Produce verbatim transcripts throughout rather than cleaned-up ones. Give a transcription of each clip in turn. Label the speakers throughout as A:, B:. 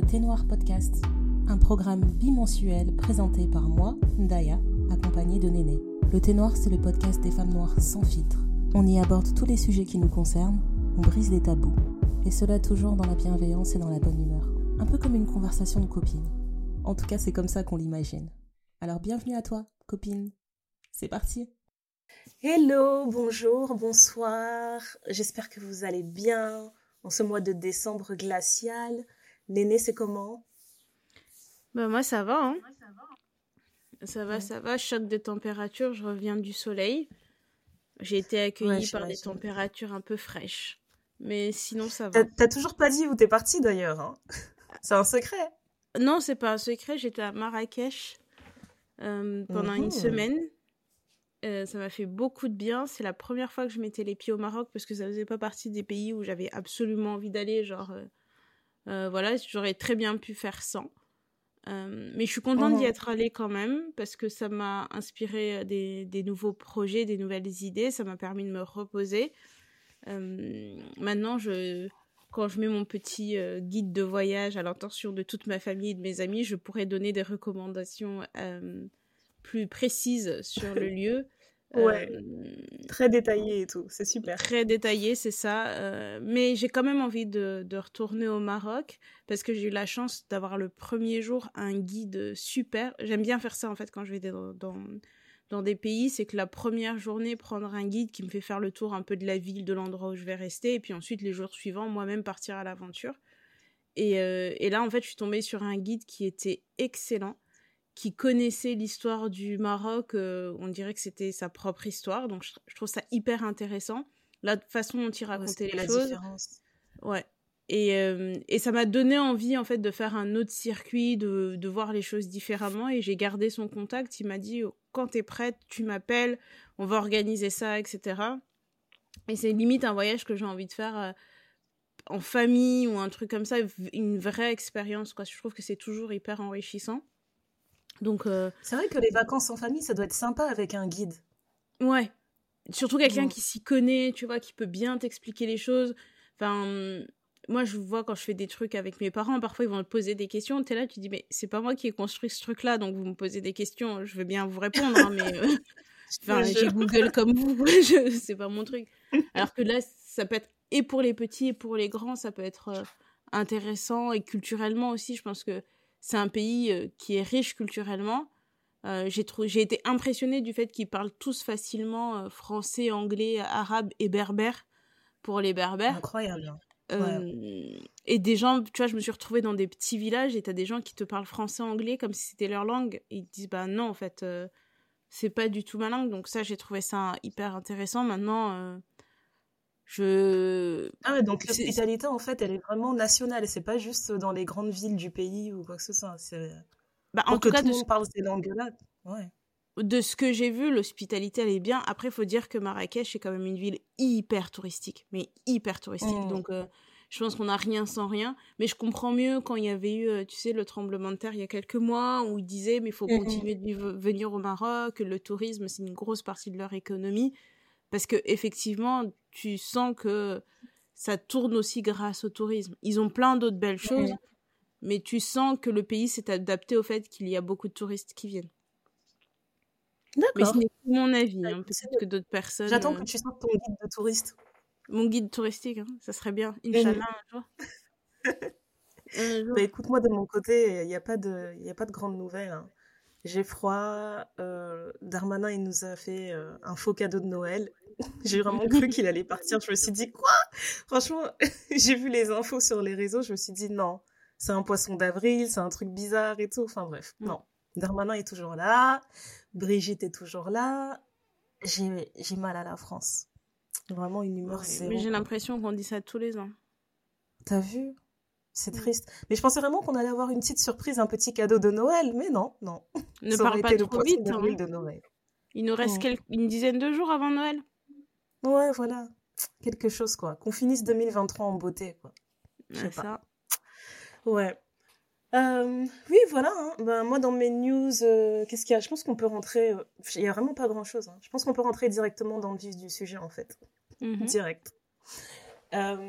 A: Thé Noir Podcast, un programme bimensuel présenté par moi, Ndaya, accompagnée de Néné. Le Thé Noir, c'est le podcast des femmes noires sans filtre. On y aborde tous les sujets qui nous concernent, on brise les tabous. Et cela toujours dans la bienveillance et dans la bonne humeur. Un peu comme une conversation de copines. En tout cas, c'est comme ça qu'on l'imagine. Alors bienvenue à toi, copine. C'est parti.
B: Hello, bonjour, bonsoir. J'espère que vous allez bien en ce mois de décembre glacial. Néné, c'est comment?
C: Bah moi ça va, hein. Ça va, ça va. Choc de température, je reviens du soleil. J'ai été accueillie
B: Ouais,
C: par des
B: j'imagine.
C: températures un peu fraîches. Mais sinon ça
B: T'as,
C: va.
B: t'as toujours pas dit où t'es partie d'ailleurs, hein? C'est un secret.
C: Non, c'est pas un secret, j'étais à Marrakech euh, pendant une
B: Mhm.
C: semaine. Euh, ça m'a fait beaucoup de bien. C'est la première fois que je mettais les pieds au Maroc parce que ça faisait pas partie des pays où j'avais absolument envie d'aller. Genre, euh, euh, voilà, j'aurais très bien pu faire sans. Euh, mais je suis contente d'y
B: Mhm.
C: être allée quand même parce que ça m'a inspiré euh, des, des nouveaux projets, des nouvelles idées. Ça m'a permis de me reposer. Euh, maintenant, je, quand je mets mon petit euh, guide de voyage à l'intention de toute ma famille et de mes amis, je pourrais donner des recommandations euh, plus précises sur le lieu.
B: Ouais,
C: Euh,
B: très détaillé et tout, c'est super.
C: Très détaillé, c'est ça. Euh, mais j'ai quand même envie de, de retourner au Maroc parce que j'ai eu la chance d'avoir le premier jour un guide super. J'aime bien faire ça en fait quand je vais dans, dans, dans des pays, c'est que la première journée, prendre un guide qui me fait faire le tour un peu de la ville, de l'endroit où je vais rester, et puis ensuite les jours suivants, moi-même partir à l'aventure. Et, euh, et là, en fait, je suis tombée sur un guide qui était excellent, qui connaissait l'histoire du Maroc. Euh, on dirait que c'était sa propre histoire, donc je, je trouve ça hyper intéressant. La façon dont il
B: Ouais,
C: racontait
B: c'est
C: les
B: la
C: choses,
B: différence.
C: ouais. Et, euh, et ça m'a donné envie, en fait, de faire un autre circuit, de, de voir les choses différemment, et j'ai gardé son contact. Il m'a dit, oh, quand t'es prête, tu m'appelles, on va organiser ça, et cetera. Et c'est limite un voyage que j'ai envie de faire euh, en famille ou un truc comme ça, une vraie expérience, quoi. Je trouve que c'est toujours hyper enrichissant. Donc, euh,
B: C'est vrai que les vacances en famille, ça doit être sympa avec un guide.
C: ouais. Surtout quelqu'un
B: Mm.
C: qui s'y connaît, tu vois, qui peut bien t'expliquer les choses. Enfin, moi, je vois quand je fais des trucs avec mes parents, parfois ils vont te poser des questions. T'es là, tu dis, mais c'est pas moi qui ai construit ce truc-là, donc vous me posez des questions, je veux bien vous répondre, hein, mais euh,
B: Je te
C: enfin, j'ai
B: jure.
C: Google comme vous, je... c'est pas mon truc. Alors que là, ça peut être et pour les petits et pour les grands, ça peut être euh, intéressant et culturellement aussi. Je pense que c'est un pays euh, qui est riche culturellement. Euh, j'ai, trou- j'ai été impressionnée du fait qu'ils parlent tous facilement euh, français, anglais, arabe et berbère pour les berbères.
B: Incroyable. Ouais.
C: Euh, et des gens, tu vois, je me suis retrouvée dans des petits villages et t'as des gens qui te parlent français, anglais comme si c'était leur langue. Et ils te disent, bah non, en fait, euh, c'est pas du tout ma langue. Donc ça, j'ai trouvé ça hyper intéressant. Maintenant, euh, je...
B: Ah ouais, donc
C: c'est- c'est-
B: l'hospitalité, en fait, elle est vraiment nationale. C'est pas juste dans les grandes villes du pays ou quoi que ce soit. C'est
C: bah, en
B: pour que
C: tout cas,
B: tout
C: de
B: le
C: ce
B: monde parle ces langues-là. Ouais.
C: de ce que j'ai vu, l'hospitalité, elle est bien. Après, il faut dire que Marrakech, c'est quand même une ville hyper touristique. Mais hyper touristique.
B: Mm.
C: Donc, euh, je pense qu'on n'a rien sans rien. Mais je comprends mieux quand il y avait eu, euh, tu sais, le tremblement de terre il y a quelques mois, où ils disaient, mais il faut
B: Mhm.
C: continuer de viv- venir au Maroc, que le tourisme, c'est une grosse partie de leur économie. Parce que effectivement, tu sens que ça tourne aussi grâce au tourisme. Ils ont plein d'autres belles choses,
B: Mm.
C: mais tu sens que le pays s'est adapté au fait qu'il y a beaucoup de touristes qui viennent. Mais ce
B: D'accord.
C: n'est que mon avis,
B: Bah,
C: hein.
B: écoute, c'est
C: Peut-être que
B: noté.
C: d'autres personnes...
B: J'attends
C: euh,
B: que tu sortes ton guide de touriste.
C: Mon guide touristique, hein, ça serait bien.
B: Mhm.
C: Inch'Allah, un jour. Un
B: Bah,
C: jour.
B: écoute, moi, de mon côté, il n'y a pas de, il y a pas de grandes nouvelles, hein. J'ai froid. euh, Darmanin, il nous a fait euh, un faux cadeau de Noël. J'ai vraiment cru qu'il allait partir. Je me suis dit, quoi? Franchement, j'ai vu les infos sur les réseaux. Je me suis dit, non, c'est un poisson d'avril, c'est un truc bizarre et tout. Enfin bref,
C: Mm.
B: non. Darmanin est toujours là. Brigitte est toujours là. J'ai, j'ai mal à la France. Vraiment une humeur
C: Ouais, mais
B: zéro,
C: j'ai
B: quoi.
C: l'impression qu'on dit ça tous les ans.
B: T'as vu? C'est
C: Mm.
B: triste. Mais je pensais vraiment qu'on allait avoir une petite surprise, un petit cadeau de Noël. Mais non, non.
C: Ne
B: Ça aurait
C: parle pas
B: été le
C: trop
B: poisson
C: vite,
B: d'avril
C: hein.
B: de Noël.
C: Il nous reste
B: Mm.
C: quel- une dizaine de jours avant Noël.
B: Ouais, voilà. Quelque chose, quoi. Qu'on finisse deux mille vingt-trois en beauté, quoi. Je sais
C: Ouais,
B: pas.
C: ça.
B: Ouais. Euh, oui, voilà, hein. Ben, moi, dans mes news, euh, qu'est-ce qu'il y a? Je pense qu'on peut rentrer... euh, Il y a vraiment pas grand-chose, hein. Je pense qu'on peut rentrer directement dans le vif du sujet, en fait.
C: Mhm.
B: Direct. Euh,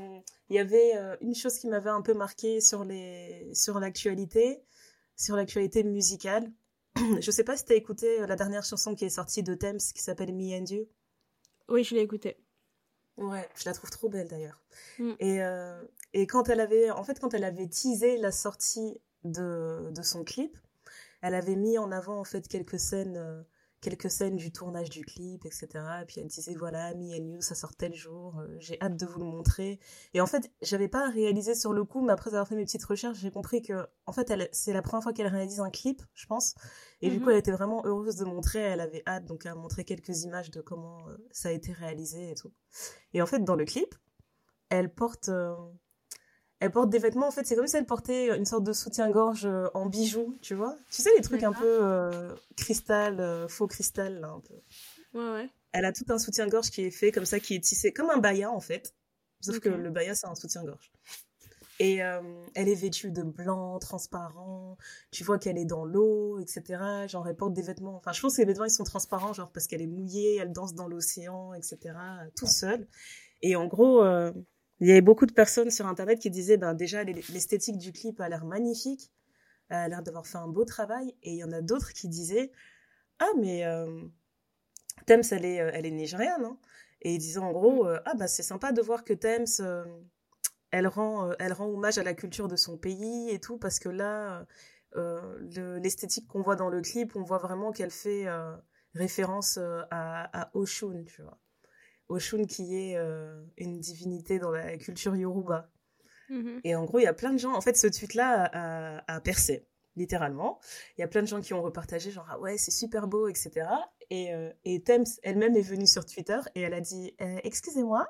B: il y avait euh, une chose qui m'avait un peu marquée sur, les... sur l'actualité, sur l'actualité musicale. Je sais pas si t'as écouté la dernière chanson qui est sortie de Tems qui s'appelle Me and You.
C: Oui, je l'ai écoutée.
B: Ouais, je la trouve trop belle d'ailleurs.
C: Mm.
B: Et, euh, et quand elle avait, en fait, quand elle avait teasé la sortie de, de son clip, elle avait mis en avant en fait quelques scènes, euh, quelques scènes du tournage du clip, et cetera. Et puis elle disait voilà, Me and You, ça sort tel jour, euh, j'ai hâte de vous le montrer. Et en fait, j'avais pas réalisé sur le coup, mais après avoir fait mes petites recherches, j'ai compris que en fait, elle, c'est la première fois qu'elle réalise un clip, je pense. Et mm-hmm. du coup, elle était vraiment heureuse de montrer, elle avait hâte, donc elle a montré quelques images de comment euh, ça a été réalisé et tout. Et en fait, dans le clip, elle porte euh, elle porte des vêtements, en fait, c'est comme si elle portait une sorte de soutien-gorge euh, en bijoux, tu vois. Tu sais, les trucs D'accord. un peu euh, cristal, euh, faux cristal, là, un peu.
C: Ouais, ouais.
B: Elle a tout un soutien-gorge qui est fait comme ça, qui est tissé comme un baya, en fait. Sauf okay. que le baya, c'est un soutien-gorge. Et euh, elle est vêtue de blanc, transparent. Tu vois qu'elle est dans l'eau, et cetera. Genre, elle porte des vêtements... Enfin, je pense que les vêtements, ils sont transparents, genre, parce qu'elle est mouillée, elle danse dans l'océan, et cetera. Tout seule. Et en gros... Euh, il y avait beaucoup de personnes sur Internet qui disaient ben, déjà l'esthétique du clip a l'air magnifique, elle a l'air d'avoir fait un beau travail. Et il y en a d'autres qui disaient ah mais euh, Tems elle est, elle est nigériane. Hein. Et ils disaient en gros euh, ah bah c'est sympa de voir que Tems euh, elle, rend, euh, elle rend hommage à la culture de son pays et tout parce que là euh, le, l'esthétique qu'on voit dans le clip on voit vraiment qu'elle fait euh, référence euh, à, à Oshun, tu vois. Oshun qui est euh, une divinité dans la culture Yoruba. Mm-hmm. Et en gros, il y a plein de gens... En fait, ce tweet-là a, a, a percé, littéralement. Il y a plein de gens qui ont repartagé, genre « Ah ouais, c'est super beau, et cetera » Et, euh, et Tems elle-même est venue sur Twitter et elle a dit euh, « Excusez-moi,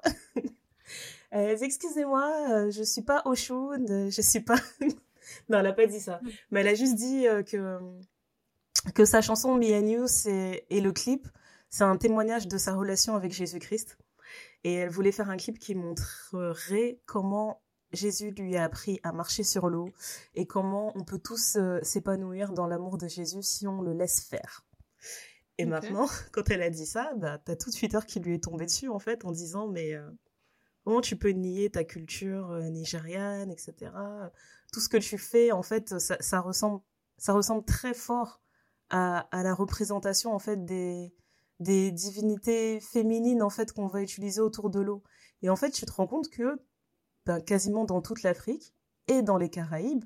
B: euh, excusez-moi, euh, je suis pas Oshun, je suis pas... » Non, elle n'a pas dit ça. Mm. Mais elle a juste dit euh, que, que sa chanson « Me and You » et le clip... C'est un témoignage de sa relation avec Jésus-Christ. Et elle voulait faire un clip qui montrerait comment Jésus lui a appris à marcher sur l'eau et comment on peut tous euh, s'épanouir dans l'amour de Jésus si on le laisse faire. Et okay. maintenant, quand elle a dit ça, bah, t'as tout Twitter qui lui est tombé dessus, en fait, en disant « Mais euh, comment tu peux nier ta culture euh, nigériane, et cetera. Tout ce que tu fais, en fait, ça, ça, ressemble, ça ressemble très fort à, à la représentation, en fait, des... des divinités féminines en fait qu'on va utiliser autour de l'eau. Et en fait, tu te rends compte que ben, quasiment dans toute l'Afrique et dans les Caraïbes,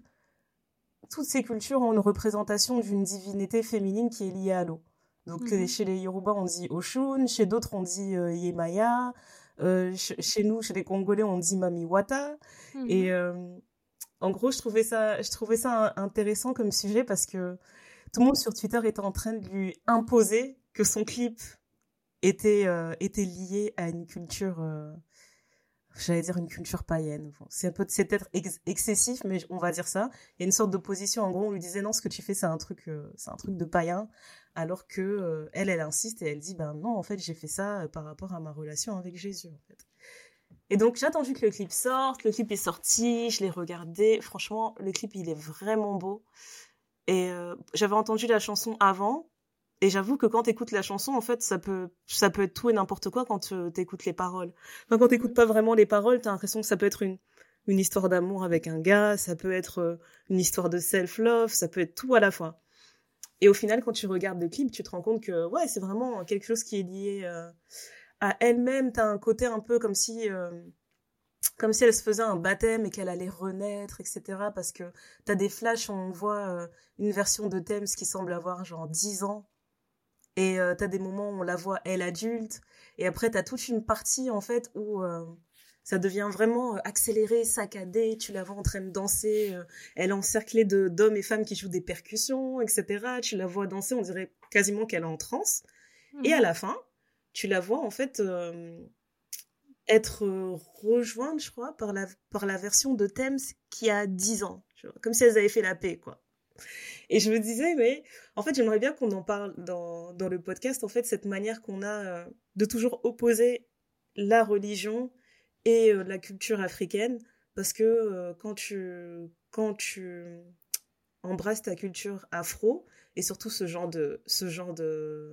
B: toutes ces cultures ont une représentation d'une divinité féminine qui est liée à l'eau. Donc mm-hmm. chez les Yoruba, on dit Oshun, chez d'autres, on dit euh, Yemaya, euh, ch- chez nous, chez les Congolais, on dit Mamiwata. Mm-hmm. Et euh, en gros, je trouvais ça, je trouvais ça intéressant comme sujet parce que tout le monde sur Twitter était en train de lui imposer que son clip était, euh, était lié à une culture, euh, j'allais dire une culture païenne. Bon, c'est, un peu, c'est peut-être ex- excessif, mais on va dire ça. Il y a une sorte d'opposition. En gros, on lui disait non, ce que tu fais, c'est un truc, euh, c'est un truc de païen. Alors que euh, elle, elle insiste et elle dit ben non, en fait, j'ai fait ça par rapport à ma relation avec Jésus, en fait. Et donc, j'ai attendu que le clip sorte. Le clip est sorti, je l'ai regardé. Franchement, le clip, il est vraiment beau. Et euh, j'avais entendu la chanson avant. Et j'avoue que quand t'écoutes la chanson, en fait, ça peut, ça peut être tout et n'importe quoi quand euh, t'écoutes les paroles. Enfin, quand t'écoutes pas vraiment les paroles, t'as l'impression que ça peut être une, une histoire d'amour avec un gars, ça peut être euh, une histoire de self-love, ça peut être tout à la fois. Et au final, quand tu regardes le clip, tu te rends compte que, ouais, c'est vraiment quelque chose qui est lié euh, à elle-même. T'as un côté un peu comme si, euh, comme si elle se faisait un baptême et qu'elle allait renaître, et cetera. Parce que t'as des flashs où on voit euh, une version de Tems qui semble avoir genre dix ans. Et euh, t'as des moments où on la voit, elle, adulte. Et après, t'as toute une partie, en fait, où euh, ça devient vraiment euh, accéléré, saccadé. Tu la vois en train de danser. Euh, elle est encerclée de, d'hommes et femmes qui jouent des percussions, et cetera. Tu la vois danser, on dirait quasiment qu'elle est en transe. Mmh. Et à la fin, tu la vois, en fait, euh, être euh, rejointe, je crois, par la, par la version de Tems qui a dix ans. Tu vois, comme si elles avaient fait la paix, quoi. Et je me disais, mais en fait, j'aimerais bien qu'on en parle dans, dans le podcast, en fait, cette manière qu'on a euh, de toujours opposer la religion et euh, la culture africaine, parce que euh, quand tu, quand tu embrasses ta culture afro, et surtout ce genre de, ce genre de,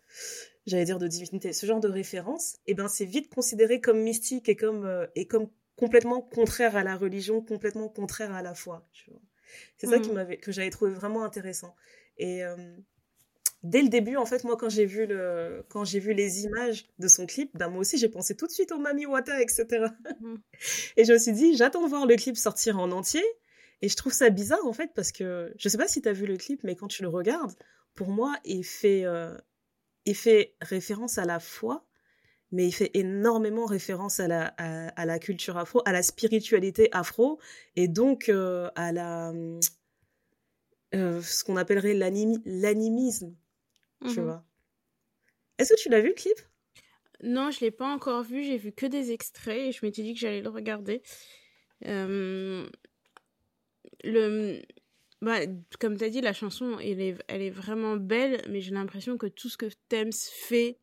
B: j'allais dire de divinité, ce genre de référence, et ben c'est vite considéré comme mystique et comme, euh, et comme complètement contraire à la religion, complètement contraire à la foi. Tu vois. C'est mmh. ça qui m'avait, que j'avais trouvé vraiment intéressant. Et euh, dès le début, en fait, moi, quand j'ai vu, le, quand j'ai vu les images de son clip, ben, moi aussi, j'ai pensé tout de suite au Mami Wata, et cetera. Mmh. Et je me suis dit, j'attends de voir le clip sortir en entier. Et je trouve ça bizarre, en fait, parce que je sais pas si tu as vu le clip, mais quand tu le regardes, pour moi, il fait, euh, il fait référence à la foi, mais il fait énormément référence à la, à, à la culture afro, à la spiritualité afro, et donc euh, à la, euh, ce qu'on appellerait l'anim, l'animisme, mm-hmm. tu vois. Est-ce que tu l'as vu, le clip ?
C: Non, je l'ai pas encore vu, j'ai vu que des extraits, et je m'étais dit que j'allais le regarder. Euh, le... Bah, comme tu as dit, la chanson, elle est, elle est vraiment belle, mais j'ai l'impression que tout ce que Tems fait,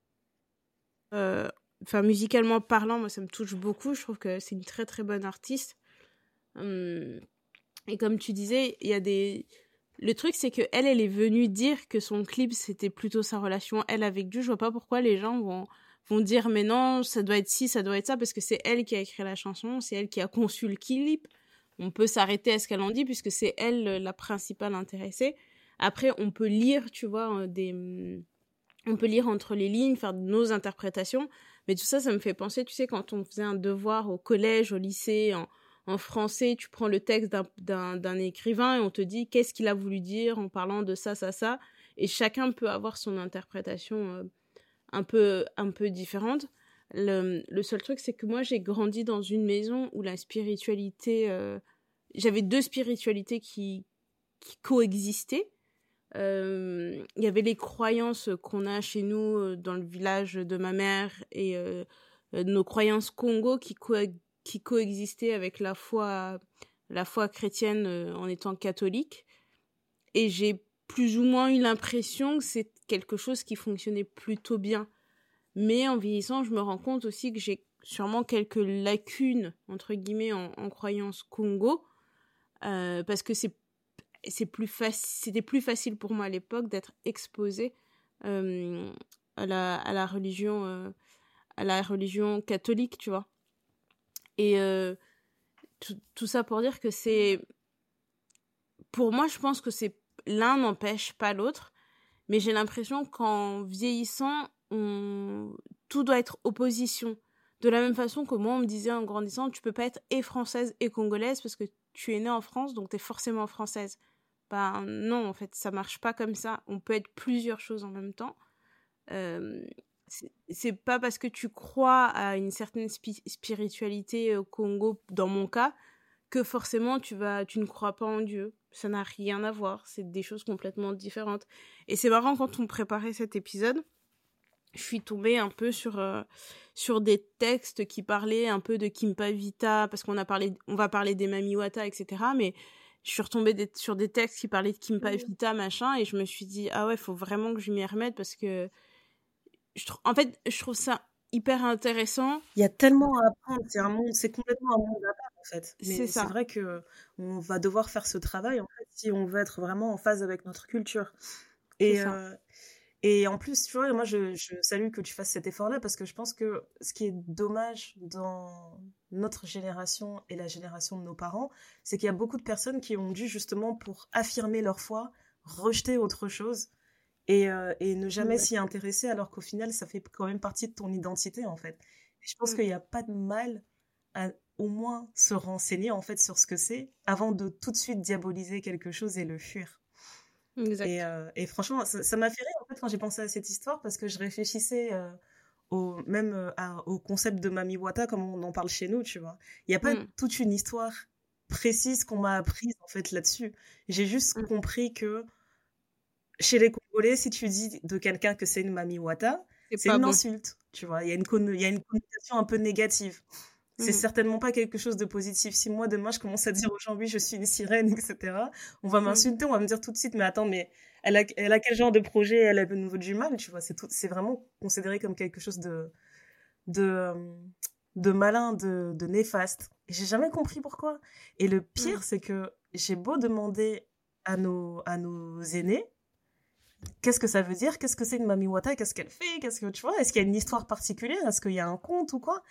C: euh, enfin, musicalement parlant, moi, ça me touche beaucoup. Je trouve que c'est une très, très bonne artiste. Hum, et comme tu disais, il y a des... Le truc, c'est qu'elle, elle est venue dire que son clip, c'était plutôt sa relation, elle, avec Dieu. Je vois pas pourquoi les gens vont, vont dire, mais non, ça doit être ci, ça doit être ça, parce que c'est elle qui a écrit la chanson, c'est elle qui a conçu le clip. On peut s'arrêter à ce qu'elle en dit, puisque c'est elle la principale intéressée. Après, on peut lire, tu vois, des... on peut lire entre les lignes, faire nos interprétations. Mais tout ça, ça me fait penser, tu sais, quand on faisait un devoir au collège, au lycée, en, en français, tu prends le texte d'un, d'un, d'un écrivain et on te dit qu'est-ce qu'il a voulu dire en parlant de ça, ça, ça. Et chacun peut avoir son interprétation euh, un peu, un peu différente. Le, le seul truc, c'est que moi, j'ai grandi dans une maison où la spiritualité... Euh, j'avais deux spiritualités qui, qui coexistaient. Il euh, y avait les croyances qu'on a chez nous dans le village de ma mère et euh, nos croyances Congo qui, co- qui coexistaient avec la foi, la foi chrétienne euh, en étant catholique. Et j'ai plus ou moins eu l'impression que c'est quelque chose qui fonctionnait plutôt bien. Mais en vieillissant, je me rends compte aussi que j'ai sûrement quelques lacunes, entre guillemets, en, en croyance Congo, euh, parce que c'est, c'est plus faci- c'était plus facile pour moi à l'époque d'être exposée euh, à, la, à, la religion, euh, à la religion catholique, tu vois. Et euh, tout, tout ça pour dire que c'est... Pour moi, je pense que c'est l'un n'empêche pas l'autre, mais j'ai l'impression qu'en vieillissant, on... tout doit être opposition. De la même façon que moi, on me disait en grandissant, tu peux pas être et française et congolaise parce que tu es née en France, donc t'es forcément française. Ben non, en fait, ça marche pas comme ça. On peut être plusieurs choses en même temps. Euh, c'est, c'est pas parce que tu crois à une certaine spi- spiritualité au Congo, dans mon cas, que forcément tu vas, tu ne crois pas en Dieu. Ça n'a rien à voir. C'est des choses complètement différentes. Et c'est marrant, quand on préparait cet épisode, je suis tombée un peu sur, euh, sur des textes qui parlaient un peu de Kimpa Vita, parce qu'on a parlé, on va parler des Mami Wata, et cetera. Mais je suis retombée des, sur des textes qui parlaient de Kimpa Vita, machin, et je me suis dit, ah ouais, il faut vraiment que je m'y remette, parce que, je tr- en fait, je trouve ça hyper intéressant.
B: Il y a tellement à apprendre, c'est un monde, c'est complètement un monde à part, en fait. Mais
C: C'est ça.
B: c'est vrai que on va devoir faire ce travail, en fait, si on veut être vraiment en phase avec notre culture. Et,
C: C'est ça.
B: euh, et en plus, tu vois, moi, je, je salue que tu fasses cet effort-là, parce que je pense que ce qui est dommage dans notre génération et la génération de nos parents, c'est qu'il y a beaucoup de personnes qui ont dû, justement, pour affirmer leur foi, rejeter autre chose et, euh, et ne jamais
C: Ouais.
B: s'y intéresser, alors qu'au final, ça fait quand même partie de ton identité, en fait. Et je pense
C: Mm.
B: qu'il n'y a pas de mal à au moins se renseigner, en fait, sur ce que c'est, avant de tout de suite diaboliser quelque chose et le fuir.
C: Exact.
B: Et, euh, et franchement, ça, ça m'a fait rire, en fait, quand j'ai pensé à cette histoire, parce que je réfléchissais euh, au, même euh, à- au concept de Mami Wata, comme on en parle chez nous, tu vois. Il n'y a pas
C: Mm.
B: toute une histoire précise qu'on m'a apprise, en fait, là-dessus. J'ai juste
C: Mm.
B: compris que chez les Congolais, si tu dis de quelqu'un que c'est une Mami Wata,
C: C'est
B: c'est
C: pas
B: une
C: bon.
B: insulte, tu vois. Il y a une, conno- il y a une connotation un peu négative. C'est
C: Mm.
B: certainement pas quelque chose de positif. Si moi, demain, je commence à dire aux gens, oui, je suis une sirène, et cetera, on va
C: Mm.
B: m'insulter, on va me dire tout de suite, mais attends, mais elle a, elle a quel genre de projet? Elle a de nouveau du mal, tu vois. C'est tout, c'est vraiment considéré comme quelque chose de, de, euh, de malin, de, de néfaste. Et j'ai jamais compris pourquoi. Et le pire,
C: Mm.
B: c'est que j'ai beau demander à nos, à nos aînés, qu'est-ce que ça veut dire? Qu'est-ce que c'est une Mami Wata? Qu'est-ce qu'elle fait? Qu'est-ce que tu vois? Est-ce qu'il y a une histoire particulière? Est-ce qu'il y a un conte ou quoi?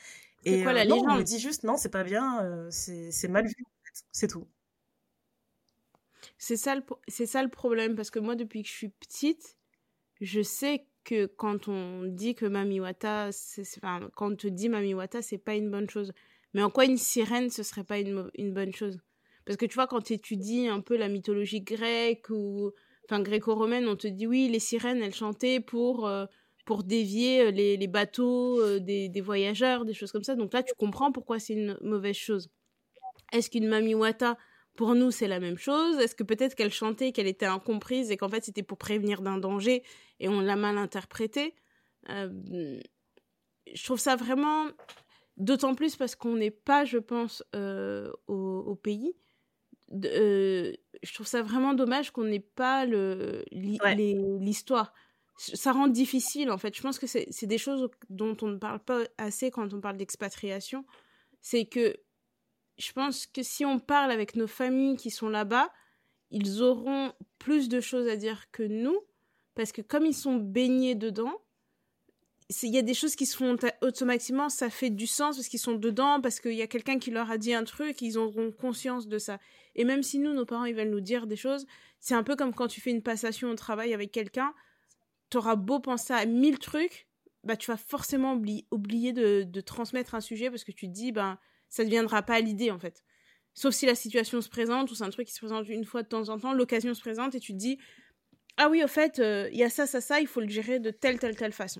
B: Et
C: quoi
B: euh,
C: la
B: non, on me
C: légende?
B: dit juste non, c'est pas bien, euh, c'est c'est mal vu, en fait. C'est tout.
C: C'est ça, le, pro- c'est ça le problème, parce que moi, depuis que je suis petite, je sais que quand on dit que Mami Wata, c'est, c'est- enfin, quand on te dit Mami Wata, c'est pas une bonne chose. Mais en quoi une sirène, ce serait pas une, mau- une bonne chose? Parce que tu vois, quand tu étudies un peu la mythologie grecque ou enfin gréco-romaine, on te dit oui, les sirènes, elles chantaient pour, euh, pour dévier euh, les, les bateaux euh, des, des voyageurs, des choses comme ça. Donc là, tu comprends pourquoi c'est une mauvaise chose. Est-ce qu'une Mami Wata, pour nous, c'est la même chose? Est-ce que peut-être qu'elle chantait, qu'elle était incomprise et qu'en fait, c'était pour prévenir d'un danger et on l'a mal interprété? Euh, je trouve ça vraiment... D'autant plus parce qu'on n'est pas, je pense, euh, au, au pays. De- euh, je trouve ça vraiment dommage qu'on n'ait pas le, li-
B: Ouais,
C: les- l'histoire. Ça rend difficile, en fait. Je pense que c'est c'est des choses dont on ne parle pas assez quand on parle d'expatriation. C'est que je pense que si on parle avec nos familles qui sont là-bas, ils auront plus de choses à dire que nous, parce que comme ils sont baignés dedans, il y a des choses qui se font automatiquement, ça fait du sens parce qu'ils sont dedans, parce qu'il y a quelqu'un qui leur a dit un truc, ils auront conscience de ça. Et même si nous, nos parents, ils veulent nous dire des choses, c'est un peu comme quand tu fais une passation au travail avec quelqu'un, t'auras beau penser à mille trucs, bah tu vas forcément oubli- oublier de, de transmettre un sujet parce que tu te dis, ben, ça ne viendra pas à l'idée en fait. Sauf si la situation se présente ou c'est un truc qui se présente une fois de temps en temps, l'occasion se présente et tu te dis, ah oui, au fait, il euh, y a ça, ça, ça, il faut le gérer de telle, telle, telle façon.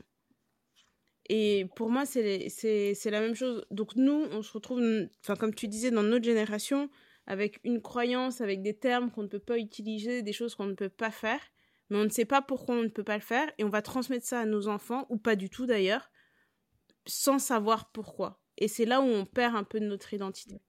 C: Et pour moi, c'est, c'est, c'est la même chose. Donc nous, on se retrouve, enfin comme tu disais, dans notre génération, avec une croyance, avec des termes qu'on ne peut pas utiliser, des choses qu'on ne peut pas faire, mais on ne sait pas pourquoi on ne peut pas le faire, et on va transmettre ça à nos enfants, ou pas du tout d'ailleurs, sans savoir pourquoi. Et c'est là où on perd un peu de notre identité.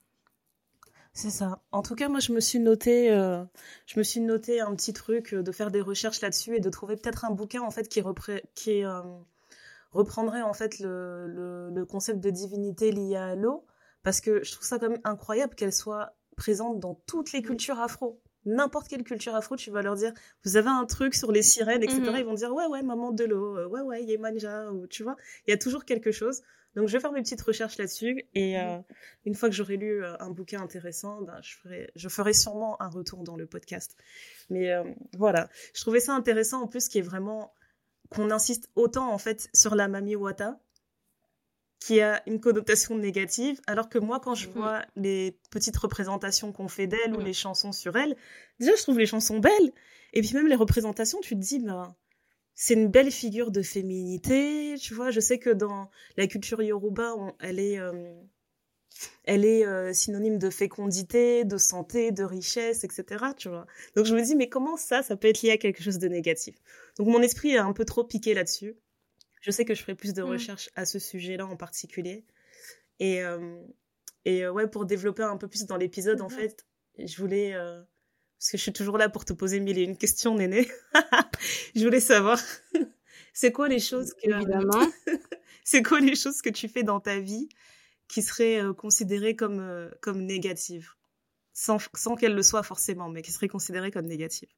B: c'est ça. En tout cas, moi, je me suis noté, euh, je me suis noté un petit truc euh, de faire des recherches là-dessus et de trouver peut-être un bouquin en fait qui, repré- qui euh, reprendrait en fait le, le, le concept de divinité lié à l'eau, parce que je trouve ça quand même incroyable qu'elle soit présente dans toutes les cultures afro. N'importe quelle culture afro, tu vas leur dire, vous avez un truc sur les sirènes, et cetera.
C: Mhm.
B: Ils vont dire, ouais, ouais, maman de l'eau, euh, ouais, ouais, Yemanja, ou tu vois, il y a toujours quelque chose. Donc je vais faire mes petites recherches là-dessus, et euh, une fois que j'aurai lu euh, un bouquin intéressant, ben, je, ferai, je ferai sûrement un retour dans le podcast. Mais euh, voilà, je trouvais ça intéressant en plus, qui est vraiment qu'on insiste autant en fait sur la Mami Wata, qui a une connotation négative, alors que moi, quand je
C: Mhm.
B: vois les petites représentations qu'on fait d'elle ou
C: Mhm.
B: les chansons sur elle, déjà, je trouve les chansons belles. Et puis même les représentations, tu te dis, ben, c'est une belle figure de féminité, tu vois. Je sais que dans la culture yoruba, on- elle est, euh, elle est euh, synonyme de fécondité, de santé, de richesse, et cetera. Tu vois. Donc je me dis, mais comment ça, ça peut être lié à quelque chose de négatif? Donc mon esprit est un peu trop piqué là-dessus. Je sais que je ferai plus de
C: Mhm.
B: recherches à ce sujet-là en particulier. Et, euh, et euh, ouais, pour développer un peu plus dans l'épisode, en
C: Mhm.
B: fait, je voulais... euh, parce que je suis toujours là pour te poser mille et une questions, Néné. Je voulais savoir, c'est quoi les choses que...
C: Évidemment.
B: c'est quoi les choses que tu fais dans ta vie qui seraient euh, considérées comme, euh, comme négatives, sans, sans qu'elles le soient forcément, mais qui seraient considérées comme négatives.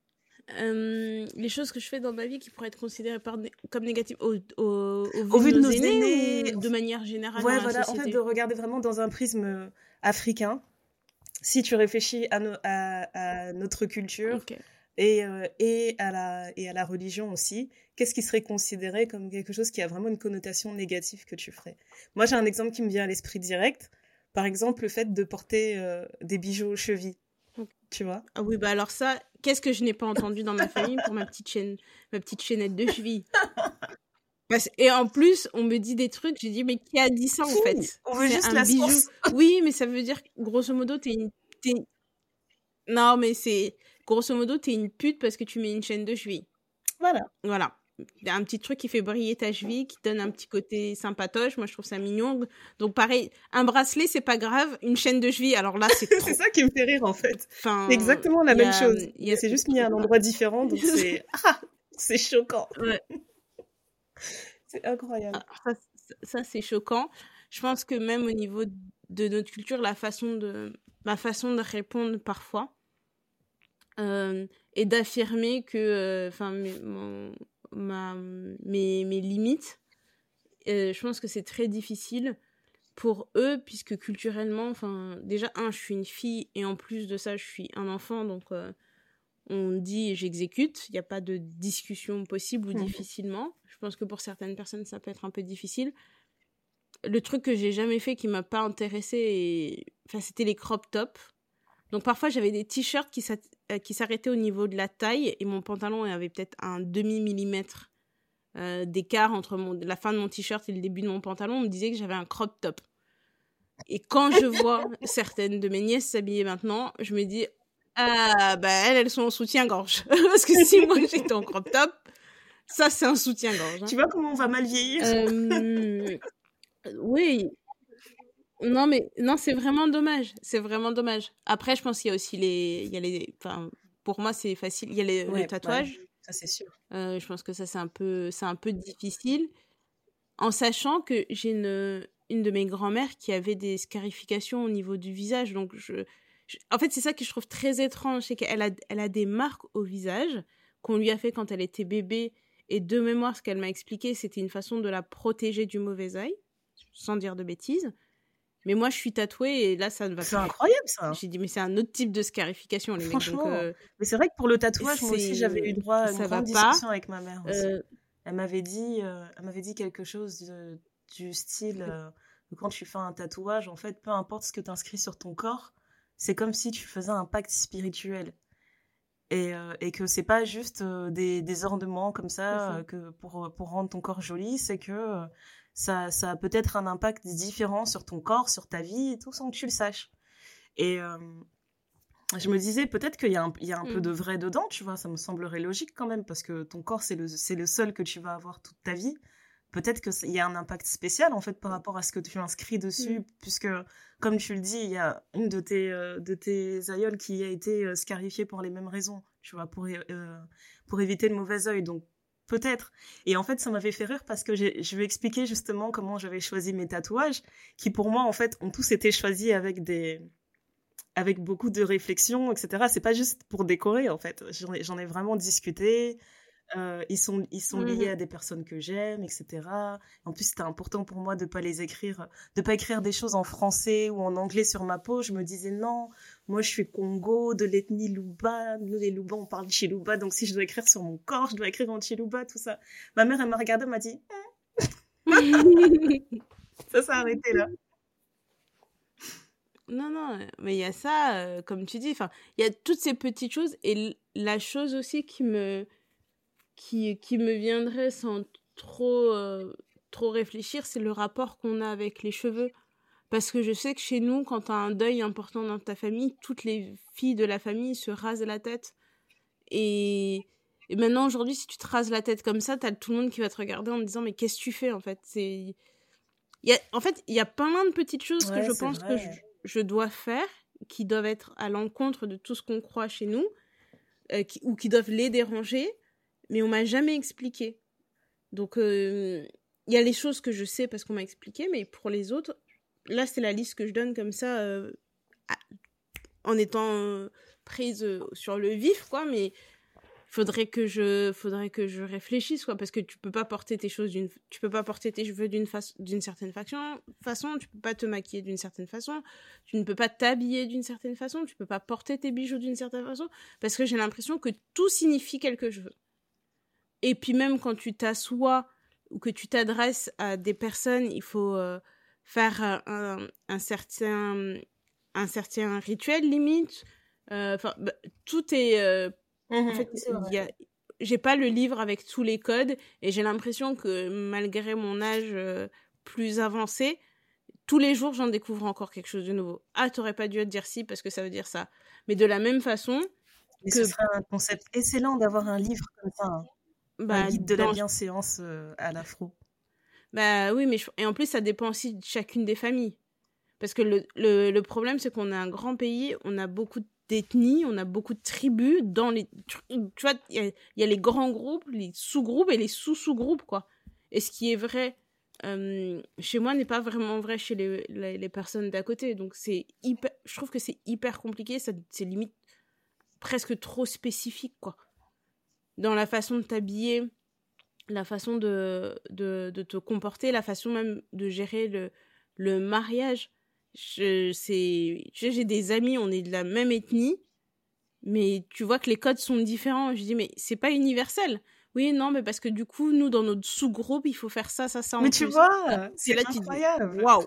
C: Euh, les choses que je fais dans ma vie qui pourraient être considérées par né- comme négatives au, au, au vu
B: Au vu
C: de
B: de
C: nos
B: nos
C: aînés
B: aînés,
C: ou de manière générale dans
B: ouais,
C: la
B: voilà, en fait,
C: société.
B: de regarder vraiment dans un prisme euh, africain, si tu réfléchis à, no- à, à notre culture
C: Ok.
B: et, euh, et, à la, et à la religion aussi, qu'est-ce qui serait considéré comme quelque chose qui a vraiment une connotation négative que tu ferais? Moi, j'ai un exemple qui me vient à l'esprit direct. Par exemple, le fait de porter euh, des bijoux aux chevilles,
C: Ok.
B: tu vois?
C: Ah oui, bah alors ça, qu'est-ce que je n'ai pas entendu dans ma famille pour ma petite chaîne, ma petite chaînette de cheville. Parce- Et en plus, on me dit des trucs, j'ai dit, mais qui a dit ça en
B: Qui?
C: fait?
B: On veut
C: C'est
B: juste
C: un
B: la
C: bijou.
B: source.
C: Oui, mais ça veut dire, grosso modo, t'es une... t'es- Non, mais c'est... Grosso modo, t'es une pute parce que tu mets une chaîne de cheville.
B: Voilà.
C: Voilà. Un petit truc qui fait briller ta cheville, qui donne un petit côté sympatoche. Moi, je trouve ça mignon. Donc, pareil, un bracelet, c'est pas grave. Une chaîne de cheville, alors là, c'est
B: C'est
C: trop.
B: ça qui me fait rire, en fait. C'est
C: Enfin,
B: exactement la
C: il y
B: même
C: a...
B: chose.
C: il y
B: Mais
C: a-
B: c'est juste mis à un endroit différent, donc c'est... Ah, c'est choquant.
C: Ouais.
B: C'est incroyable.
C: Ça, ça, c'est choquant. Je pense que même au niveau de notre culture, la façon de, ma façon de répondre parfois euh, et d'affirmer que, enfin, mes, mon- ma, mes, mes limites, euh, je pense que c'est très difficile pour eux, puisque culturellement, enfin, déjà, un, je suis une fille, et en plus de ça, je suis un enfant, donc euh, on dit j'exécute, il n'y a pas de discussion possible ou
B: Mmh.
C: difficilement. Je pense que pour certaines personnes, ça peut être un peu difficile. Le truc que j'ai jamais fait qui m'a pas intéressée, et... enfin, c'était les crop tops. Donc parfois, j'avais des t-shirts qui, s'at- euh, qui s'arrêtaient au niveau de la taille, et mon pantalon avait peut-être un demi-millimètre euh, d'écart entre mon... la fin de mon t-shirt et le début de mon pantalon. On me disait que j'avais un crop top. Et quand je vois certaines de mes nièces s'habiller maintenant, je me dis, ah, bah, elles, elles sont en soutien-gorge. Parce que si moi, j'étais en crop top, ça, c'est un soutien-gorge. Hein.
B: Tu vois comment on va mal vieillir?
C: Euh... Oui. Non, mais non, c'est vraiment dommage. C'est vraiment dommage. Après, je pense qu'il y a aussi les... Il y a les... Enfin, pour moi, c'est facile. Il y a les...
B: Ouais,
C: le tatouage.
B: ouais, ça c'est sûr.
C: Euh, je pense que ça, c'est un peu, c'est un peu difficile. En sachant que j'ai une, une de mes grand-mères qui avait des scarifications au niveau du visage. Donc, je, je... en fait, c'est ça que je trouve très étrange. C'est qu'elle a, elle a des marques au visage qu'on lui a fait quand elle était bébé. Et de mémoire, ce qu'elle m'a expliqué, c'était une façon de la protéger du mauvais œil, sans dire de bêtises. Mais moi, je suis tatouée et là, ça ne va
B: C'est
C: plus.
B: incroyable, ça.
C: J'ai dit, mais c'est un autre type de scarification, les mecs.
B: Franchement,
C: Donc, euh,
B: mais c'est vrai que pour le tatouage, moi
C: c'est-
B: aussi, j'avais eu droit à une
C: ça va
B: grande
C: pas.
B: discussion avec ma mère aussi.
C: euh,
B: Elle m'avait dit, euh, elle m'avait dit quelque chose de- du style euh, que quand tu fais un tatouage, en fait, peu importe ce que tu inscris sur ton corps, c'est comme si tu faisais un pacte spirituel. Et, euh, et que c'est pas juste euh, des, des ornements comme
C: C'est
B: ça,
C: ça.
B: euh, que pour, pour rendre ton corps joli, c'est que euh, ça, ça a peut-être un impact différent sur ton corps, sur ta vie et tout sans que tu le saches. Et euh, je me disais peut-être qu'il y a un, il y a un peu
C: Mm.
B: de vrai dedans, tu vois, ça me semblerait logique quand même, parce que ton corps, c'est le, c'est le seul que tu vas avoir toute ta vie. Peut-être qu'il y a un impact spécial, en fait, par rapport à ce que tu inscris dessus,
C: Mm.
B: puisque, comme tu le dis, il y a une de tes, euh, de tes aïeules qui a été euh, scarifiée pour les mêmes raisons, tu vois, pour, euh, pour éviter le mauvais œil, donc peut-être. Et en fait, ça m'avait fait rire parce que j'ai, je lui ai expliqué justement comment j'avais choisi mes tatouages, qui pour moi, en fait, ont tous été choisis avec des... avec beaucoup de réflexion, et cetera. C'est pas juste pour décorer, en fait. J'en ai, j'en ai vraiment discuté. Euh, ils sont, ils sont liés
C: Mhm.
B: à des personnes que j'aime, et cetera. En plus, c'était important pour moi de pas les écrire, de pas écrire des choses en français ou en anglais sur ma peau. Je me disais non, moi je suis Congo, de l'ethnie Luba. Nous les Luba, on parle Chiluba, donc si je dois écrire sur mon corps, je dois écrire en Chiluba, tout ça. Ma mère, elle m'a regardée, elle m'a dit, ça s'est arrêté là.
C: Non, non, euh, mais il y a ça, euh, comme tu dis, enfin, il y a toutes ces petites choses, et l- la chose aussi qui me, qui, qui me viendrait sans trop, euh, trop réfléchir, c'est le rapport qu'on a avec les cheveux. Parce que je sais que chez nous, quand tu as un deuil important dans ta famille, toutes les filles de la famille se rasent la tête. Et, et maintenant, aujourd'hui, si tu te rases la tête comme ça, t'as tout le monde qui va te regarder en te disant, mais qu'est-ce que tu fais, en fait? C'est... Il y a, en fait, il y a plein de petites choses que
B: Ouais,
C: je
B: c'est
C: pense que je,
B: vrai.
C: je dois faire, qui doivent être à l'encontre de tout ce qu'on croit chez nous, euh, qui, ou qui doivent les déranger, mais on m'a jamais expliqué. Donc, euh, il y a les choses que je sais parce qu'on m'a expliqué, mais pour les autres, là, c'est la liste que je donne comme ça, euh, à- en étant euh, prise euh, sur le vif, quoi, mais faudrait que je faudrait que je réfléchisse, quoi, parce que tu peux pas porter tes choses d'une tu peux pas porter tes cheveux d'une fa... d'une certaine façon façon tu peux pas te maquiller d'une certaine façon, tu ne peux pas t'habiller d'une certaine façon, tu peux pas porter tes bijoux d'une certaine façon, parce que j'ai l'impression que tout signifie quelque chose. Et puis même quand tu t'assois ou que tu t'adresses à des personnes, il faut euh, faire euh, un, un certain un certain rituel limite. Enfin, euh, bah, tout est euh, en
B: Mhm,
C: fait,
B: c'est vrai.
C: il y a j'ai pas le livre avec tous les codes, et j'ai l'impression que malgré mon âge euh, plus avancé, tous les jours j'en découvre encore quelque chose de nouveau. Ah, t'aurais pas dû te dire ci parce que ça veut dire ça. Mais de la même façon
B: Mais
C: que
B: ce serait un concept excellent d'avoir un livre comme ça, hein. Un
C: bah
B: guide de la
C: dans
B: bienséance euh, à l'afro.
C: bah oui, mais je- et en plus ça dépend aussi de chacune des familles. Parce que le, le, le problème, c'est qu'on a un grand pays, on a beaucoup d'ethnies, on a beaucoup de tribus. Dans les, tu, tu vois, il y a, il y a les grands groupes, les sous-groupes et les sous-sous-groupes, quoi. Et ce qui est vrai euh, chez moi n'est pas vraiment vrai chez les, les, les personnes d'à côté. Donc, c'est hyper, je trouve que c'est hyper compliqué, ça, c'est limite presque trop spécifique, quoi. Dans la façon de t'habiller, la façon de, de, de te comporter, la façon même de gérer le le mariage. Je, c'est, je- j'ai des amis, on est de la même ethnie, mais tu vois que les codes sont différents. Je dis, mais c'est pas universel. Oui, non, mais parce que du coup, nous, dans notre sous-groupe, il faut faire ça, ça, ça en
B: Mais tu
C: plus.
B: vois,
C: Et
B: c'est
C: là, tu te dis,
B: incroyable.
C: waouh!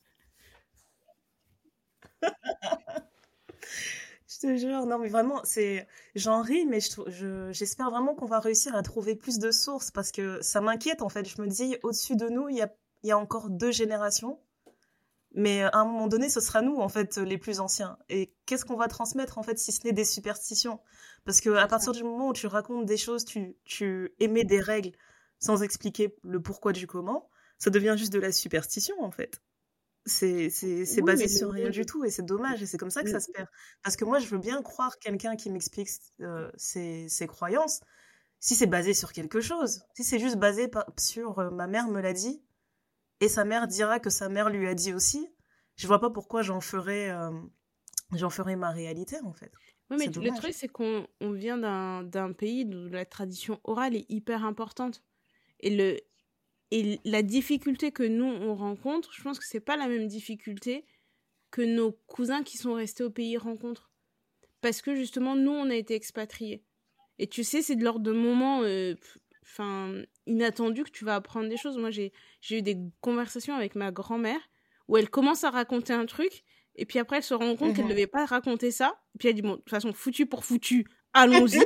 B: Je te jure, non, mais vraiment, c'est, j'en ris, mais je, trou- je- j'espère vraiment qu'on va réussir à trouver plus de sources parce que ça m'inquiète, en fait. Je me dis, au-dessus de nous, il y a, il y a encore deux générations. Mais à un moment donné, ce sera nous, en fait, les plus anciens. Et qu'est-ce qu'on va transmettre, en fait, si ce n'est des superstitions? Parce que à
C: C'est ça.
B: partir du moment où tu racontes des choses, tu, tu émets des règles sans expliquer le pourquoi du comment, ça devient juste de la superstition, en fait. C'est, c'est, c'est
C: Oui,
B: basé
C: mais
B: sur
C: le
B: rien
C: monde,
B: du tout et c'est dommage et c'est comme ça que ça
C: le-
B: se perd. Parce que moi, je veux bien croire quelqu'un qui m'explique euh, ses, ses croyances si c'est basé sur quelque chose. Si c'est juste basé par- sur euh, ma mère me l'a dit et sa mère dira que sa mère lui a dit aussi, je vois pas pourquoi j'en ferais, euh, j'en ferais ma réalité en fait.
C: oui, mais
B: C'est
C: tu- le truc,
B: dommage.
C: c'est qu'on on vient d'un d'un pays où la tradition orale est hyper importante. Et, le, et la difficulté que nous, on rencontre, je pense que c'est pas la même difficulté que nos cousins qui sont restés au pays rencontrent. Parce que justement, nous, on a été expatriés. Et tu sais, c'est de l'ordre de moments euh, enfin, inattendus que tu vas apprendre des choses. Moi, j'ai, j'ai eu des conversations avec ma grand-mère où elle commence à raconter un truc, et puis après, elle se rend compte qu'elle ne
B: Mhm.
C: devait pas raconter ça. Et puis elle dit, bon, de toute façon, foutu pour foutu, allons-y.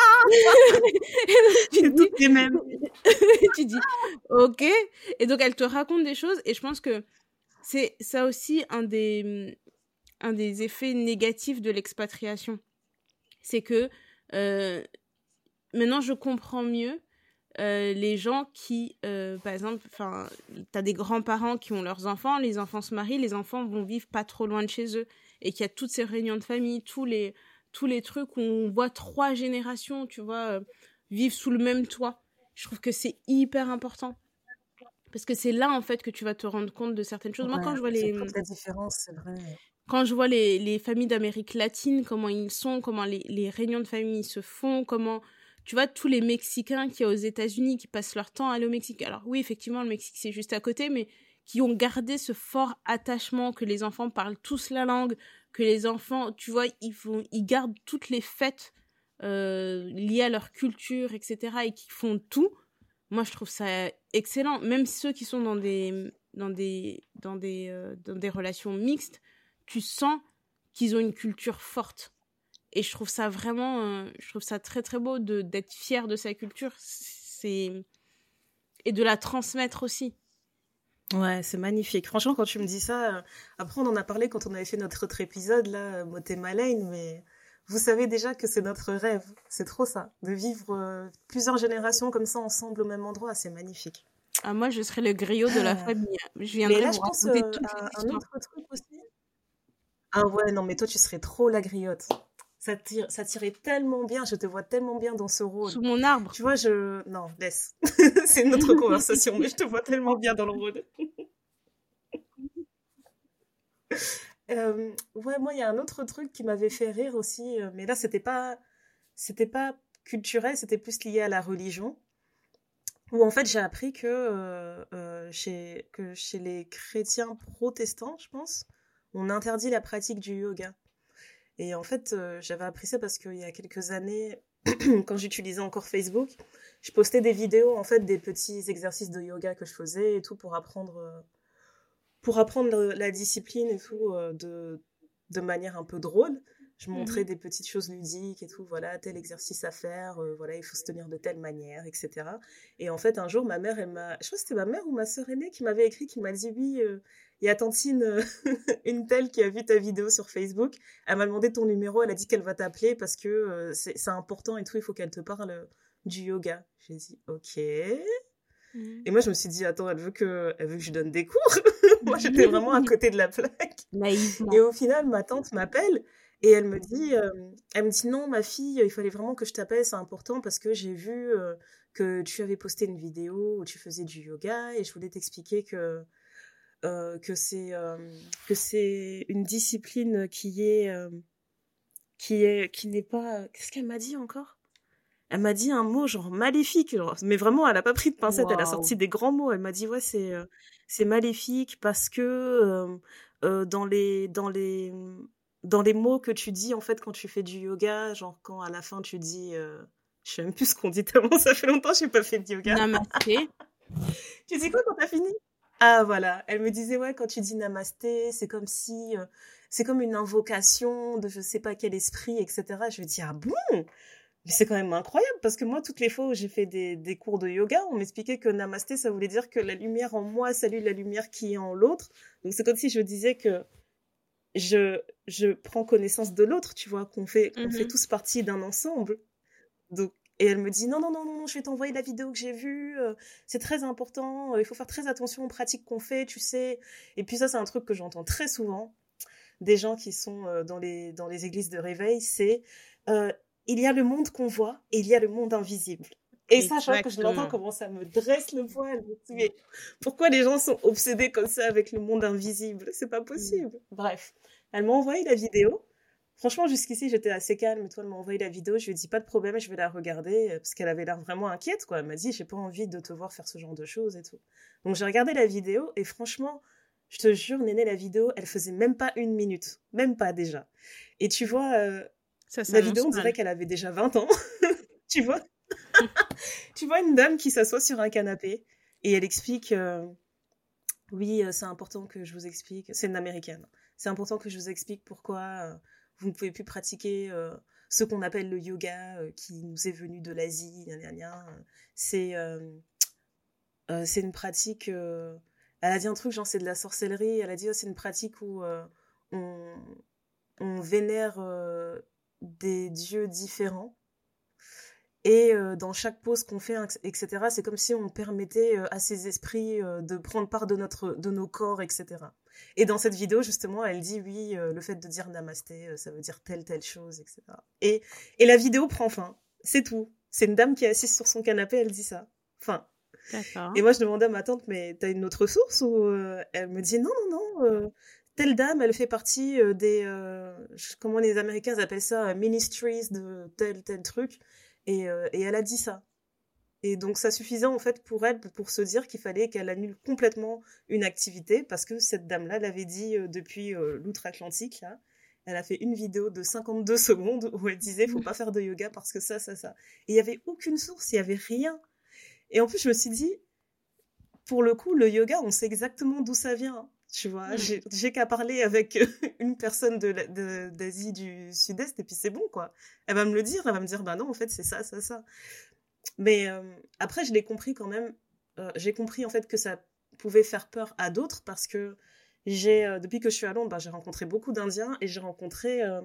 C: Et donc, tu te
B: C'est toutes
C: dis,
B: les mêmes.
C: tu dis, ok. Et donc, elle te raconte des choses, et je pense que c'est ça aussi un des, un des effets négatifs de l'expatriation. C'est que euh, maintenant, je comprends mieux euh, les gens qui, euh, par exemple, enfin, t'as des grands-parents qui ont leurs enfants, les enfants se marient, les enfants vont vivre pas trop loin de chez eux, et qu'il y a toutes ces réunions de famille, tous les, tous les trucs où on voit trois générations, tu vois, euh, vivre sous le même toit. Je trouve que c'est hyper important. Parce que c'est là, en fait, que tu vas te rendre compte de certaines choses. Moi,
B: Ouais,
C: quand je vois
B: ça
C: les,
B: porte la différence, c'est vrai.
C: quand je vois les, les familles d'Amérique latine, comment ils sont, comment les, les réunions de famille se font, comment, tu vois, tous les Mexicains qui y a aux États-Unis, qui passent leur temps à aller au Mexique. Alors oui, effectivement, le Mexique, c'est juste à côté, mais qui ont gardé ce fort attachement, que les enfants parlent tous la langue, que les enfants, tu vois, ils, font, ils gardent toutes les fêtes euh, liées à leur culture, et cetera, et qui font tout. Moi, je trouve ça excellent. Même ceux qui sont dans des, dans des, dans des, euh, dans des relations mixtes, tu sens qu'ils ont une culture forte. Et je trouve ça vraiment, euh, je trouve ça très très beau de d'être fier de sa culture, c'est et de la transmettre aussi.
B: Ouais, c'est magnifique. Franchement, quand tu me dis ça, euh, après on en a parlé quand on avait fait notre autre épisode, là, Motema Lane, mais vous savez déjà que c'est notre rêve. C'est trop ça, de vivre euh, plusieurs générations comme ça ensemble au même endroit, c'est magnifique.
C: Ah, moi, je serais le griot de la
B: Ah.
C: famille. Je
B: Mais
C: viendrais
B: là,
C: vous
B: je pense
C: raconter
B: euh,
C: toutes les
B: à un
C: histoires.
B: autre truc aussi. Ah ouais, non, mais toi, tu serais trop la griotte. Ça tire, ça tirait tellement bien, je te vois tellement bien dans ce rôle.
C: Sous mon arbre.
B: Tu vois, je... Non, laisse. C'est une autre conversation, mais je te vois tellement bien dans le rôle. Euh, ouais, moi, il y a un autre truc qui m'avait fait rire aussi, euh, mais là, c'était pas, c'était pas culturel, c'était plus lié à la religion. Où en fait, j'ai appris que, euh, euh, chez, que chez les chrétiens protestants, je pense, on interdit la pratique du yoga. Et en fait, euh, j'avais appris ça parce qu'il y a quelques années, quand j'utilisais encore Facebook, je postais des vidéos, en fait, des petits exercices de yoga que je faisais et tout pour apprendre, euh, pour apprendre le- la discipline et tout euh, de, de manière un peu drôle. Je montrais
C: Mhm.
B: des petites choses ludiques et tout, voilà, tel exercice à faire, euh, voilà, il faut se tenir de telle manière, et cetera. Et en fait, un jour, ma mère, elle m'a, je crois que c'était ma mère ou ma sœur aînée qui m'avait écrit, qui m'a dit, oui, euh, il y a Tantine, euh, une telle qui a vu ta vidéo sur Facebook, elle m'a demandé ton numéro, elle a dit qu'elle va t'appeler parce que euh, c'est c'est important et tout, il faut qu'elle te parle euh, du yoga. J'ai dit, ok.
C: Mhm.
B: Et moi, je me suis dit, attends, elle veut que, elle veut que je donne des cours. Moi, j'étais vraiment à côté de la plaque.
C: Naïvement.
B: Et au final, ma tante m'appelle et elle me dit, euh, elle me dit non, ma fille, il fallait vraiment que je t'appelle, c'est important parce que j'ai vu euh, que tu avais posté une vidéo où tu faisais du yoga et je voulais t'expliquer que euh, que c'est euh, que c'est une discipline qui est euh, qui est qui n'est pas. Qu'est-ce qu'elle m'a dit encore? Elle m'a dit un mot genre maléfique, genre, mais vraiment, elle a pas pris de pincettes, wow. Elle a sorti des grands mots. Elle m'a dit ouais, c'est euh, c'est maléfique parce que euh, euh, dans les dans les dans les mots que tu dis en fait quand tu fais du yoga, genre quand à la fin tu dis, euh, je sais même plus ce qu'on dit tellement ça fait longtemps que j'ai pas fait de yoga.
C: Namasté.
B: Tu dis quoi quand t'as fini? Ah voilà, elle me disait ouais, quand tu dis namasté, c'est comme si euh, c'est comme une invocation de je sais pas quel esprit, et cetera. Je lui dis ah bon? Mais c'est quand même incroyable parce que moi, toutes les fois où j'ai fait des, des cours de yoga, on m'expliquait que namasté, ça voulait dire que la lumière en moi salue la lumière qui est en l'autre. Donc c'est comme si je disais que je, je prends connaissance de l'autre, tu vois, qu'on fait, qu'on mm-hmm. fait tous partie d'un ensemble. Donc, et elle me dit non, non, non, non, je vais t'envoyer la vidéo que j'ai vue, euh, c'est très important, euh, il faut faire très attention aux pratiques qu'on fait, tu sais. Et puis ça, c'est un truc que j'entends très souvent des gens qui sont euh, dans, les, dans les églises de réveil, c'est... Euh, il y a le monde qu'on voit et il y a le monde invisible. Et Exactement. Ça, je vois que je l'entends, comment ça me dresse le poil. Mais pourquoi les gens sont obsédés comme ça avec le monde invisible? C'est pas possible. Mmh. Bref, elle m'a envoyé la vidéo. Franchement, jusqu'ici, j'étais assez calme. Toi, elle m'a envoyé la vidéo. Je lui ai dit, pas de problème, je vais la regarder. Parce qu'elle avait l'air vraiment inquiète, quoi. Elle m'a dit, j'ai pas envie de te voir faire ce genre de choses et tout. Donc, j'ai regardé la vidéo et franchement, je te jure, Néné, la vidéo, elle faisait même pas une minute. Même pas déjà. Et tu vois... Euh, Ça, la vidéo, on dirait qu'elle avait déjà vingt ans. Tu vois? Tu vois une dame qui s'assoit sur un canapé et elle explique euh, oui, c'est important que je vous explique. C'est une américaine. C'est important que je vous explique pourquoi euh, vous ne pouvez plus pratiquer euh, ce qu'on appelle le yoga euh, qui nous est venu de l'Asie. Gna, gna, gna. C'est, euh, euh, c'est une pratique... Euh, elle a dit un truc genre c'est de la sorcellerie. Elle a dit oh, c'est une pratique où euh, on, on vénère... Euh, des dieux différents et euh, dans chaque pose qu'on fait, et cetera, c'est comme si on permettait euh, à ces esprits euh, de prendre part de, notre, de nos corps, et cetera. Et dans cette vidéo, justement, elle dit oui, euh, le fait de dire namasté, euh, ça veut dire telle, telle chose, et cetera. Et, et la vidéo prend fin, c'est tout. C'est une dame qui est assise sur son canapé, elle dit ça. Fin.
C: D'accord.
B: Et moi, je demandais à ma tante, mais t'as une autre source ou euh, elle me dit non, non, non, euh, telle dame, elle fait partie euh, des... Euh, comment les Américains appellent ça, ministries de tel, tel truc. Et, euh, et elle a dit ça. Et donc, ça suffisait en fait pour elle, pour se dire qu'il fallait qu'elle annule complètement une activité, parce que cette dame-là l'avait dit euh, depuis euh, l'outre-Atlantique, là. Elle a fait une vidéo de cinquante-deux secondes où elle disait « faut pas faire de yoga parce que ça, ça, ça ». Et il n'y avait aucune source, il n'y avait rien. Et en plus, je me suis dit, pour le coup, le yoga, on sait exactement d'où ça vient. Tu vois, mmh. j'ai, j'ai qu'à parler avec une personne de, de, d'Asie du Sud-Est et puis c'est bon, quoi. Elle va me le dire, elle va me dire, bah non, en fait, c'est ça, ça, ça. Mais euh, après, je l'ai compris quand même. Euh, j'ai compris, en fait, que ça pouvait faire peur à d'autres parce que j'ai, euh, depuis que je suis à Londres, bah, j'ai rencontré beaucoup d'Indiens et j'ai rencontré euh,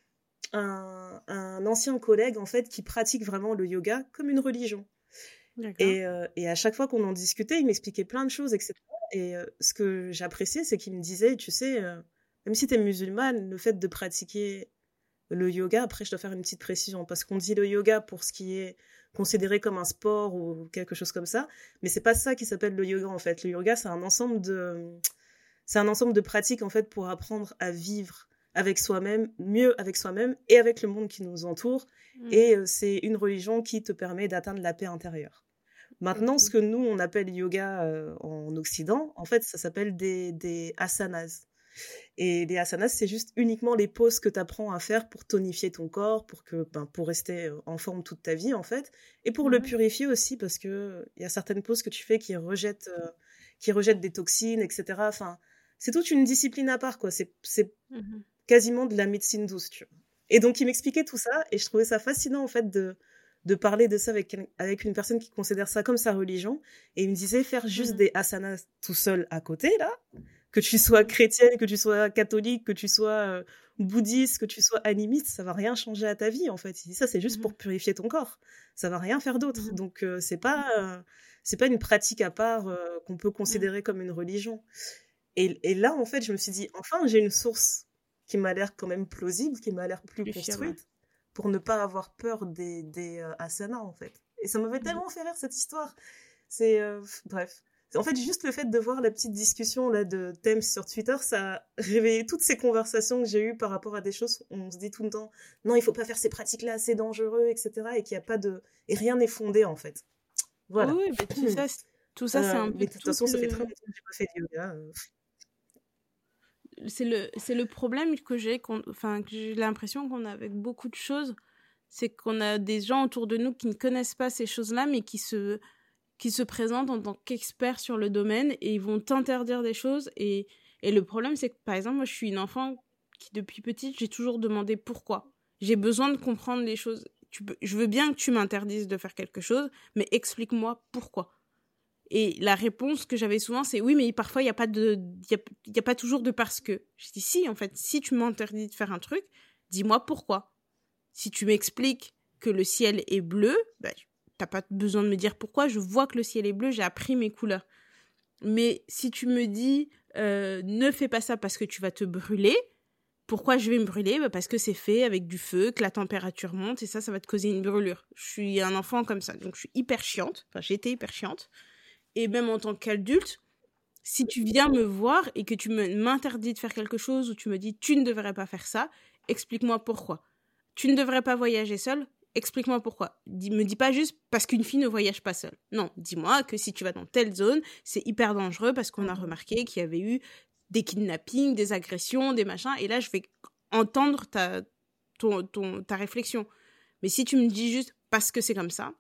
B: un, un ancien collègue, en fait, qui pratique vraiment le yoga comme une religion. Et, euh, et à chaque fois qu'on en discutait, il m'expliquait plein de choses, et cetera. Et euh, ce que j'appréciais, c'est qu'il me disait, tu sais, euh, même si t'es musulmane, le fait de pratiquer le yoga, après je dois faire une petite précision, parce qu'on dit le yoga pour ce qui est considéré comme un sport ou quelque chose comme ça, mais c'est pas ça qui s'appelle le yoga en fait. Le yoga, c'est un ensemble de, c'est un ensemble de pratiques en fait pour apprendre à vivre avec soi-même, mieux avec soi-même et avec le monde qui nous entoure. Mmh. Et euh, c'est une religion qui te permet d'atteindre la paix intérieure. Maintenant, ce que nous, on appelle yoga euh, en Occident, en fait, ça s'appelle des, des asanas. Et les asanas, c'est juste uniquement les poses que tu apprends à faire pour tonifier ton corps, pour, que, ben, pour rester en forme toute ta vie, en fait. Et pour mmh. le purifier aussi, parce qu'il y a certaines poses que tu fais qui rejettent, euh, qui rejettent des toxines, et cetera. Enfin, c'est toute une discipline à part, quoi. C'est, c'est mmh. quasiment de la médecine douce, tu vois. Et donc, il m'expliquait tout ça, et je trouvais ça fascinant, en fait, de... de parler de ça avec, avec une personne qui considère ça comme sa religion. Et il me disait faire juste mmh. des asanas tout seul à côté, là, que tu sois chrétienne, que tu sois catholique, que tu sois euh, bouddhiste, que tu sois animiste, ça va rien changer à ta vie, en fait. Il dit ça, c'est juste mmh. pour purifier ton corps. Ça va rien faire d'autre. Mmh. Donc, euh, c'est pas, euh, c'est pas une pratique à part euh, qu'on peut considérer mmh. comme une religion. Et, et là, en fait, je me suis dit, enfin, j'ai une source qui m'a l'air quand même plausible, qui m'a l'air plus, plus construite. Fière, pour ne pas avoir peur des, des euh, asanas, en fait. Et ça m'avait mmh. tellement fait rire, cette histoire. C'est... Euh, bref. En fait, juste le fait de voir la petite discussion là de thèmes sur Twitter, ça a réveillé toutes ces conversations que j'ai eues par rapport à des choses où on se dit tout le temps « Non, il faut pas faire ces pratiques-là, c'est dangereux, et cetera » et qu'il y a pas de... Et rien n'est fondé, en fait. Voilà.
C: Oui, mais tout ça, c'est- tout ça, c'est
B: Euh,
C: un peu
B: mais de toute façon, ça
C: le-
B: fait très longtemps que j'ai pas fait de yoga. euh.
C: c'est le c'est le problème que j'ai qu'on- enfin que j'ai l'impression qu'on a avec beaucoup de choses, c'est qu'on a des gens autour de nous qui ne connaissent pas ces choses-là, mais qui se qui se présentent en tant qu'experts sur le domaine et ils vont t'interdire des choses. Et, et le problème, c'est que, par exemple, moi, je suis une enfant qui, depuis petite, j'ai toujours demandé pourquoi. J'ai besoin de comprendre les choses. Tu peux, je veux bien que tu m'interdises de faire quelque chose, mais explique-moi pourquoi. Et la réponse que j'avais souvent, c'est oui, mais parfois, il n'y a, pas de, y a, y a pas toujours de parce que. Je dis si, en fait, si tu m'interdis de faire un truc, dis-moi pourquoi. Si tu m'expliques que le ciel est bleu, bah, t'as pas besoin de me dire pourquoi, je vois que le ciel est bleu, j'ai appris mes couleurs. Mais si tu me dis euh, ne fais pas ça parce que tu vas te brûler, pourquoi je vais me brûler ? Bah parce que c'est fait avec du feu, que la température monte et ça, ça va te causer une brûlure. Je suis un enfant comme ça, donc je suis hyper chiante, enfin j'étais hyper chiante. Et même en tant qu'adulte, si tu viens me voir et que tu me, m'interdis de faire quelque chose ou tu me dis tu ne devrais pas faire ça, explique-moi pourquoi. Tu ne devrais pas voyager seule, explique-moi pourquoi. Dis, me dis pas juste parce qu'une fille ne voyage pas seule. Non, dis-moi que si tu vas dans telle zone, c'est hyper dangereux parce qu'on a remarqué qu'il y avait eu des kidnappings, des agressions, des machins. Et là, je vais entendre ta, ton, ton, ta réflexion. Mais si tu me dis juste parce que c'est comme ça,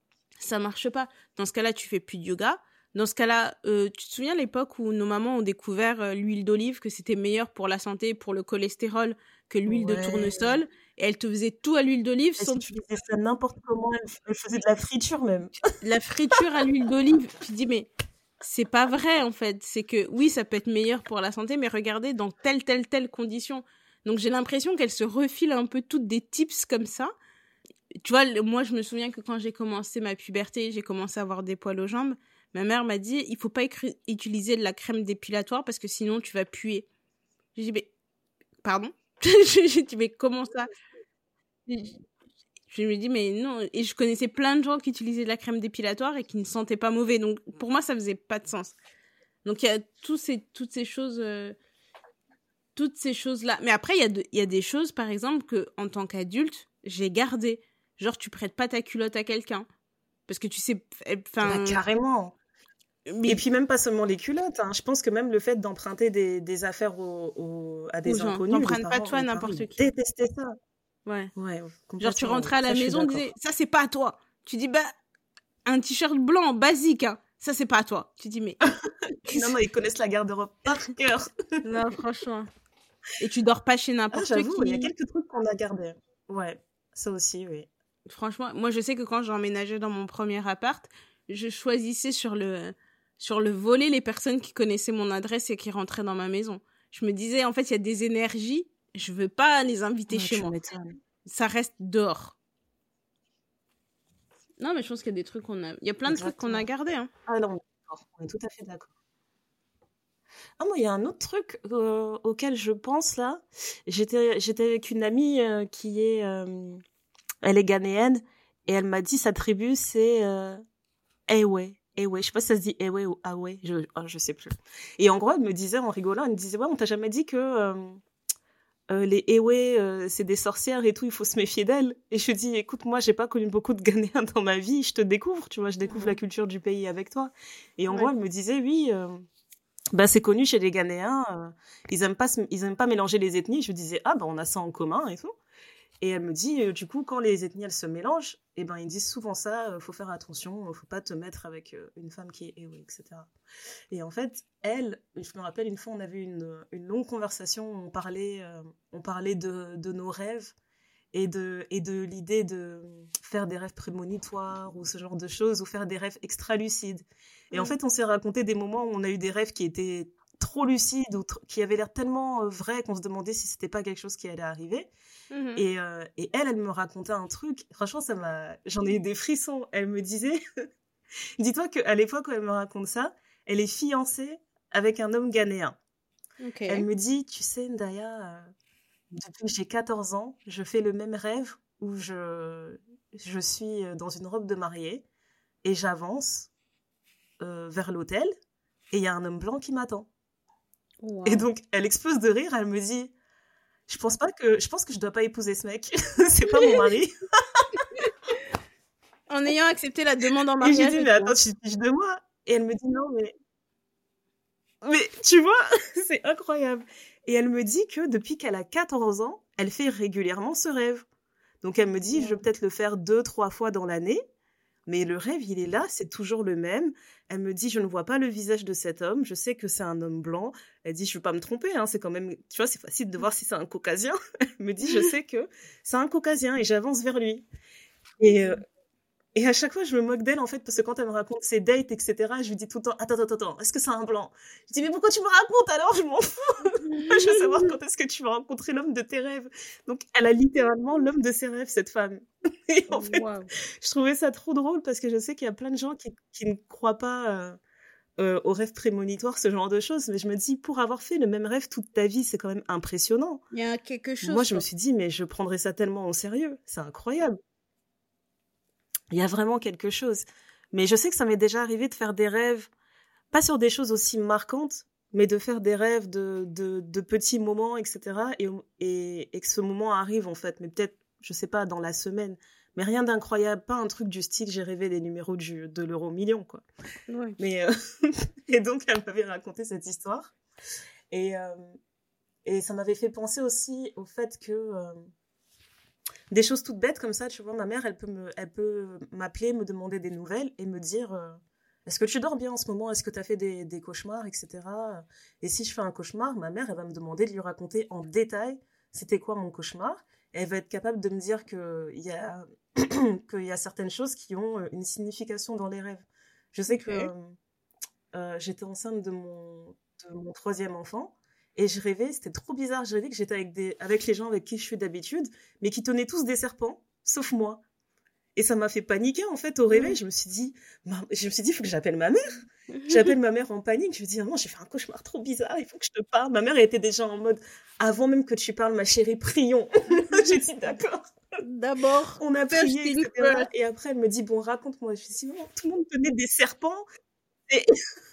C: ça marche pas. Dans ce cas-là, tu fais plus de yoga. Dans ce cas-là, euh, tu te souviens l'époque où nos mamans ont découvert euh, l'huile d'olive, que c'était meilleur pour la santé, pour le cholestérol, que l'huile
B: Ouais.
C: de tournesol, et elle te faisait tout à l'huile d'olive.
B: Elle
C: Sans...
B: utilisait ça n'importe comment, elle, elle faisait de la friture même.
C: La friture à l'huile d'olive, tu te dis mais c'est pas vrai en fait. C'est que oui, ça peut être meilleur pour la santé, mais regardez dans telle, telle, telle condition. Donc j'ai l'impression qu'elle se refile un peu toutes des tips comme ça. Tu vois, moi je me souviens que quand j'ai commencé ma puberté, j'ai commencé à avoir des poils aux jambes. Ma mère m'a dit, il faut pas écri- utiliser de la crème dépilatoire parce que sinon tu vas puer. J'ai dit, mais, pardon? J'ai dit, mais comment ça? Je me dis, mais non. Et je connaissais plein de gens qui utilisaient de la crème dépilatoire et qui ne sentaient pas mauvais. Donc, pour moi, ça faisait pas de sens. Donc, il y a tous ces, toutes ces choses, euh, toutes ces choses-là. Mais après, il y a de, il y a des choses, par exemple, que, en tant qu'adulte, j'ai gardé. Genre, tu prêtes pas ta culotte à quelqu'un. Parce que tu sais, enfin.
B: Bah, carrément. Mais... Et puis même pas seulement les culottes, hein. Je pense que même le fait d'emprunter des, des affaires aux, aux, à des
C: aux gens.
B: inconnus,
C: T'empruntes pas toi n'importe qui.
B: Détestais ça.
C: Ouais.
B: Ouais.
C: Genre tu rentrais à la ça, maison, tu disais ça c'est pas à toi. Tu dis bah un t-shirt blanc basique, hein. Ça c'est pas à toi. Tu dis mais
B: non non ils connaissent la garde-robe par cœur.
C: Non franchement. Et tu dors pas chez n'importe
B: ah,
C: qui.
B: Il y a quelques trucs qu'on a gardés. Ouais, ça aussi oui.
C: Franchement, moi je sais que quand j'emménageais dans mon premier appart, je choisissais sur le sur le volet les personnes qui connaissaient mon adresse et qui rentraient dans ma maison. Je me disais, en fait, il y a des énergies, je veux pas les inviter ouais, chez moi. M'étonnes. Ça reste dehors. Non, mais je pense qu'il y a des trucs qu'on a... Il y a plein Exactement. de trucs qu'on a gardés. Hein.
B: Ah non, on est tout à fait d'accord. Ah, moi, il y a un autre truc euh, auquel je pense, là. J'étais, j'étais avec une amie euh, qui est... Euh, elle est ghanéenne, et elle m'a dit, sa tribu, c'est... Euh, Ewe. Ewe, je sais pas si ça se dit Ewe ou Awe, je, oh, je sais plus. Et en gros, elle me disait, en rigolant, elle me disait, ouais, on t'a jamais dit que euh, euh, les Ewe, euh, c'est des sorcières et tout, il faut se méfier d'elles. Et je lui dis, écoute, moi, j'ai pas connu beaucoup de Ghanéens dans ma vie, je te découvre, tu vois, je découvre mmh. la culture du pays avec toi. Et en ouais. gros, elle me disait, oui, euh, bah, c'est connu chez les Ghanéens, euh, ils aiment pas, ils aiment pas mélanger les ethnies. Je lui disais, ah, bah, on a ça en commun et tout. Et elle me dit, euh, du coup, quand les ethnies, elles se mélangent, eh ben, ils disent souvent ça, euh, faut faire attention, faut pas te mettre avec euh, une femme qui est Ewe, et cetera. Et en fait, elle, je me rappelle, une fois, on avait une, une longue conversation, on parlait, euh, on parlait de, de nos rêves et de, et de l'idée de faire des rêves prémonitoires ou ce genre de choses, ou faire des rêves extra-lucides. Et mmh. en fait, on s'est raconté des moments où on a eu des rêves qui étaient trop lucides ou tr- qui avaient l'air tellement euh, vrais qu'on se demandait si c'était pas quelque chose qui allait arriver. Mmh. Et, euh, et elle, elle me racontait un truc. Franchement, ça m'a, j'en ai eu des frissons. Elle me disait, dis-toi qu'à l'époque où elle me raconte ça, elle est fiancée avec un homme ghanéen. Okay. Elle me dit, tu sais, Ndaya, euh, depuis que j'ai quatorze ans, je fais le même rêve où je, je suis dans une robe de mariée et j'avance euh, vers l'hôtel et il y a un homme blanc qui m'attend.
C: Wow.
B: Et donc, elle explose de rire, elle me dit, je pense pas que, je pense que je dois pas épouser ce mec, c'est pas mon mari.
C: En ayant accepté la demande en
B: Et
C: mariage.
B: j'ai dit, mais attends, tu te fiches de moi. Et elle me dit, non, mais, mais tu vois, c'est incroyable. Et elle me dit que depuis qu'elle a quatorze ans, elle fait régulièrement ce rêve. Donc, elle me dit, ouais. je vais peut-être le faire deux, trois fois dans l'année. Mais le rêve, il est là, c'est toujours le même. Elle me dit, je ne vois pas le visage de cet homme. Je sais que c'est un homme blanc. Elle dit, je ne veux pas me tromper. Hein, c'est quand même, tu vois, c'est facile de voir si c'est un caucasien. Elle me dit, je sais que c'est un caucasien et j'avance vers lui. Et, euh, et à chaque fois, je me moque d'elle, en fait, parce que quand elle me raconte ses dates, et cetera, je lui dis tout le temps, attends, attends, attends, est-ce que c'est un blanc? Je dis, mais pourquoi tu me racontes alors? Je m'en fous. Je veux savoir quand est-ce que tu vas rencontrer l'homme de tes rêves. Donc, elle a littéralement l'homme de ses rêves, cette femme. Et en fait, wow. je trouvais ça trop drôle parce que je sais qu'il y a plein de gens qui, qui ne croient pas euh, euh, aux rêves prémonitoires, ce genre de choses. Mais je me dis, pour avoir fait le même rêve toute ta vie, c'est quand même impressionnant.
C: Il y a quelque chose.
B: Moi, je me suis dit, mais je prendrais ça tellement au sérieux. C'est incroyable. Il y a vraiment quelque chose. Mais je sais que ça m'est déjà arrivé de faire des rêves, pas sur des choses aussi marquantes, mais de faire des rêves de, de, de petits moments, et cetera. Et, et, et que ce moment arrive, en fait. Mais peut-être, je sais pas, dans la semaine. Mais rien d'incroyable. Pas un truc du style, j'ai rêvé des numéros du, de l'euro million, quoi.
C: Ouais.
B: Mais, euh, et donc, elle m'avait raconté cette histoire. Et, euh, et ça m'avait fait penser aussi au fait que... Euh, des choses toutes bêtes comme ça, tu vois, ma mère, elle peut, me, elle peut m'appeler, me demander des nouvelles et me dire euh, est-ce que tu dors bien en ce moment? Est-ce que tu as fait des, des cauchemars, et cetera. Et si je fais un cauchemar, ma mère, elle va me demander de lui raconter en détail c'était quoi mon cauchemar. Et elle va être capable de me dire qu'il y a, qu'il y a certaines choses qui ont une signification dans les rêves. Je sais que okay. euh, j'étais enceinte de mon, de mon troisième enfant. Et je rêvais, c'était trop bizarre, je rêvais que j'étais avec, des, avec les gens avec qui je suis d'habitude, mais qui tenaient tous des serpents, sauf moi. Et ça m'a fait paniquer, en fait, au réveil. Mmh. Je me suis dit, je me suis dit, il faut que j'appelle ma mère. J'appelle ma mère en panique. Je lui dis, maman, j'ai fait un cauchemar trop bizarre, il faut que je te parle. Ma mère elle était déjà en mode, avant même que tu parles, ma chérie, prions. J'ai dit, d'accord.
C: D'abord,
B: on a prié, et cetera. Et après, elle me dit, bon, raconte-moi. Je lui dis, maman, tout le monde tenait des serpents. Et...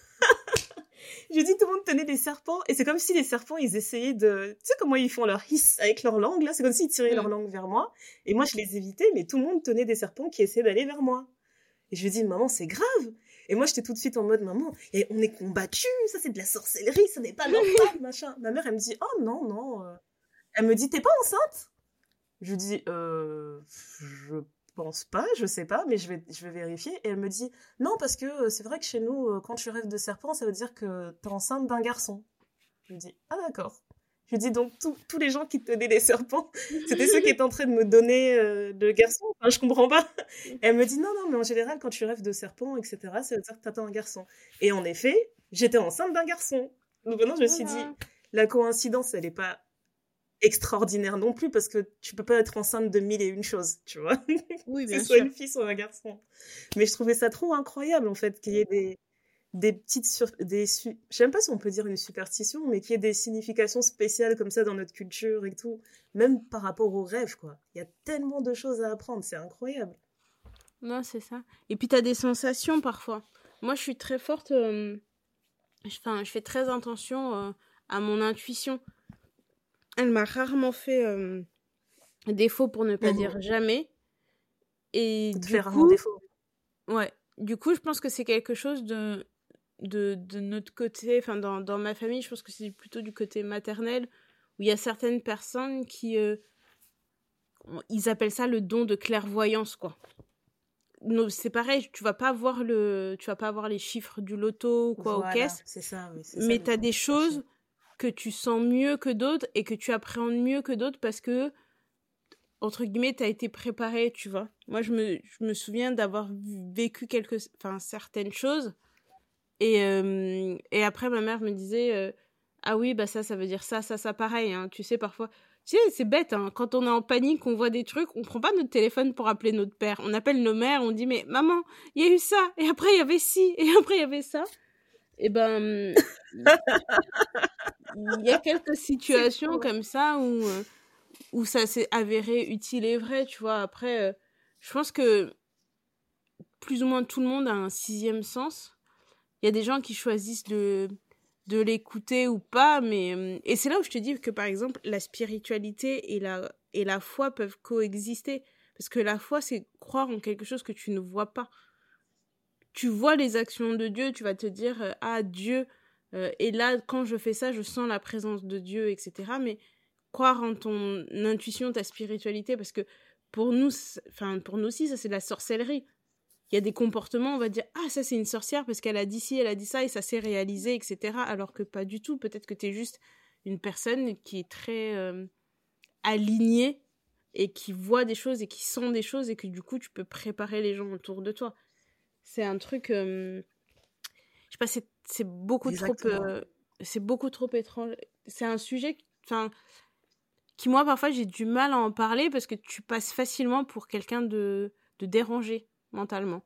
B: Je dis, tout le monde tenait des serpents, et c'est comme si les serpents, ils essayaient de... Tu sais comment ils font leur hiss avec leur langue, là? C'est comme s'ils tiraient mmh. leur langue vers moi, et moi, je les évitais, mais tout le monde tenait des serpents qui essayaient d'aller vers moi. Et je lui dis, maman, c'est grave! Et moi, j'étais tout de suite en mode, maman, et on est combattus, ça c'est de la sorcellerie, ça n'est pas normal, machin. Ma mère, elle me dit, oh non, non. Elle me dit, t'es pas enceinte? Je lui dis, euh... Je pense pas, je sais pas, mais je vais, je vais vérifier. Et elle me dit, non, parce que c'est vrai que chez nous, quand tu rêves de serpent, ça veut dire que t'es enceinte d'un garçon. Je lui dis, ah d'accord. Je lui dis, donc tous les gens qui tenaient des serpents, c'était ceux qui étaient en train de me donner euh, le garçon. Enfin, je comprends pas. Et elle me dit, non, non, mais en général, quand tu rêves de serpent, et cetera, ça veut dire que t'attends un garçon. Et en effet, j'étais enceinte d'un garçon. Donc maintenant, je me suis dit, la coïncidence, elle est pas extraordinaire non plus, parce que tu peux pas être enceinte de mille et une choses, tu vois.
C: Oui, bien
B: que ce
C: sûr.
B: soit une fille, soit un garçon. Mais je trouvais ça trop incroyable, en fait, qu'il y ait des, des petites... Sur... Des su... Je sais même pas si on peut dire une superstition, mais qu'il y ait des significations spéciales comme ça dans notre culture et tout, même par rapport aux rêves, quoi. Il y a tellement de choses à apprendre, c'est incroyable.
C: Non, c'est ça. Et puis, t'as des sensations, parfois. Moi, je suis très forte... Euh... Enfin, je fais très attention euh, à mon intuition. Elle m'a rarement fait euh, défaut, pour ne pas mmh. dire jamais. Et
B: tu te
C: du
B: fais
C: coup,
B: rarement défaut.
C: Ouais. Du coup, je pense que c'est quelque chose de, de, de notre côté, enfin, dans, dans ma famille, je pense que c'est plutôt du côté maternel, où il y a certaines personnes qui, euh, ils appellent ça le don de clairvoyance, quoi. Non, c'est pareil, tu vas pas voir le, tu vas pas voir les chiffres du loto ou quoi
B: voilà,
C: aux caisses,
B: c'est ça, oui, c'est
C: mais
B: ça,
C: tu as des choses que tu sens mieux que d'autres et que tu appréhendes mieux que d'autres parce que, entre guillemets, tu as été préparé, tu vois. Moi, je me, je me souviens d'avoir vécu quelques, enfin, certaines choses et, euh, et après, ma mère me disait euh, ah oui, bah ça, ça veut dire ça, ça, ça, pareil, hein. Tu sais, parfois, tu sais, c'est bête, hein. Quand on est en panique, on voit des trucs, on prend pas notre téléphone pour appeler notre père. On appelle nos mères, on dit mais maman, il y a eu ça, et après, il y avait ci, et après, il y avait ça. Et ben, il y a quelques situations comme ça où, où ça s'est avéré utile et vrai, tu vois. Après, euh, je pense que plus ou moins tout le monde a un sixième sens, Il y a des gens qui choisissent de, de l'écouter ou pas, mais... Et c'est là où je te dis que, par exemple, la spiritualité et la, et la foi peuvent coexister. Parce que la foi, c'est croire en quelque chose que tu ne vois pas. Tu vois les actions de Dieu, tu vas te dire euh, « Ah, Dieu, euh, et là, quand je fais ça, je sens la présence de Dieu, et cetera » Mais croire en ton intuition, ta spiritualité, parce que pour nous, enfin, pour nous aussi, ça, c'est de la sorcellerie. Il y a des comportements, on va dire « Ah, ça, c'est une sorcière parce qu'elle a dit ci, elle a dit ça, et ça s'est réalisé, et cetera » Alors que pas du tout. Peut-être que tu es juste une personne qui est très euh, alignée et qui voit des choses et qui sent des choses et que du coup, tu peux préparer les gens autour de toi. C'est un truc... Euh, je sais pas, c'est, c'est beaucoup Exactement. trop... Euh, c'est beaucoup trop étrange. C'est un sujet... Enfin... qui, moi, parfois, j'ai du mal à en parler parce que tu passes facilement pour quelqu'un de, de dérangé mentalement.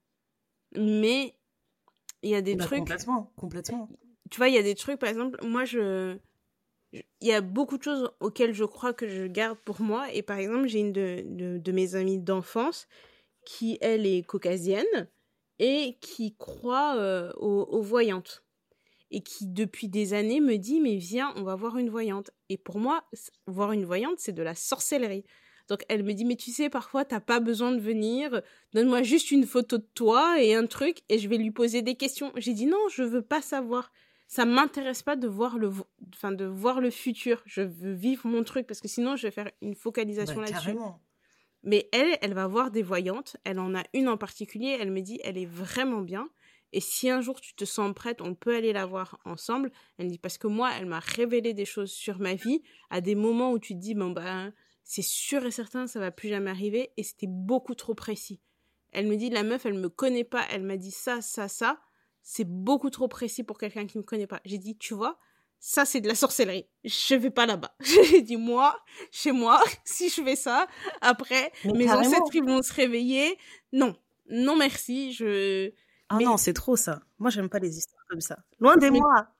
C: Mais il y a des
B: bah,
C: trucs...
B: Complètement, complètement.
C: Tu vois, il y a des trucs, par exemple, moi, je... Il y a beaucoup de choses auxquelles je crois que je garde pour moi. Et par exemple, j'ai une de, de, de mes amies d'enfance qui, elle, est caucasienne et qui croit euh, aux, aux voyantes. Et qui, depuis des années, me dit « Mais viens, on va voir une voyante. » Et pour moi, voir une voyante, c'est de la sorcellerie. Donc, elle me dit « Mais tu sais, parfois, t'as pas besoin de venir. Donne-moi juste une photo de toi et un truc, et je vais lui poser des questions. » J'ai dit « Non, je veux pas savoir. Ça m'intéresse pas de voir le, enfin, de voir le futur. Je veux vivre mon truc, parce que sinon, je vais faire une focalisation bah, là-dessus. »
B: Carrément.
C: Mais elle, elle va voir des voyantes. Elle en a une en particulier. Elle me dit « Elle est vraiment bien. Et si un jour tu te sens prête, on peut aller la voir ensemble. » Elle me dit, parce que moi, elle m'a révélé des choses sur ma vie, à des moments où tu te dis, bon ben, c'est sûr et certain, ça va plus jamais arriver, et c'était beaucoup trop précis. Elle me dit, la meuf, elle me connaît pas, elle m'a dit ça, ça, ça, c'est beaucoup trop précis pour quelqu'un qui me connaît pas. J'ai dit, tu vois, ça, c'est de la sorcellerie. Je vais pas là-bas. J'ai dit, moi, chez moi, si je fais ça, après, mais mes carrément. ancêtres, ils vont se réveiller. Non, non merci, je...
B: Ah mais... non, c'est trop ça. Moi, j'aime pas les histoires comme ça. Loin des
C: mais...
B: moi.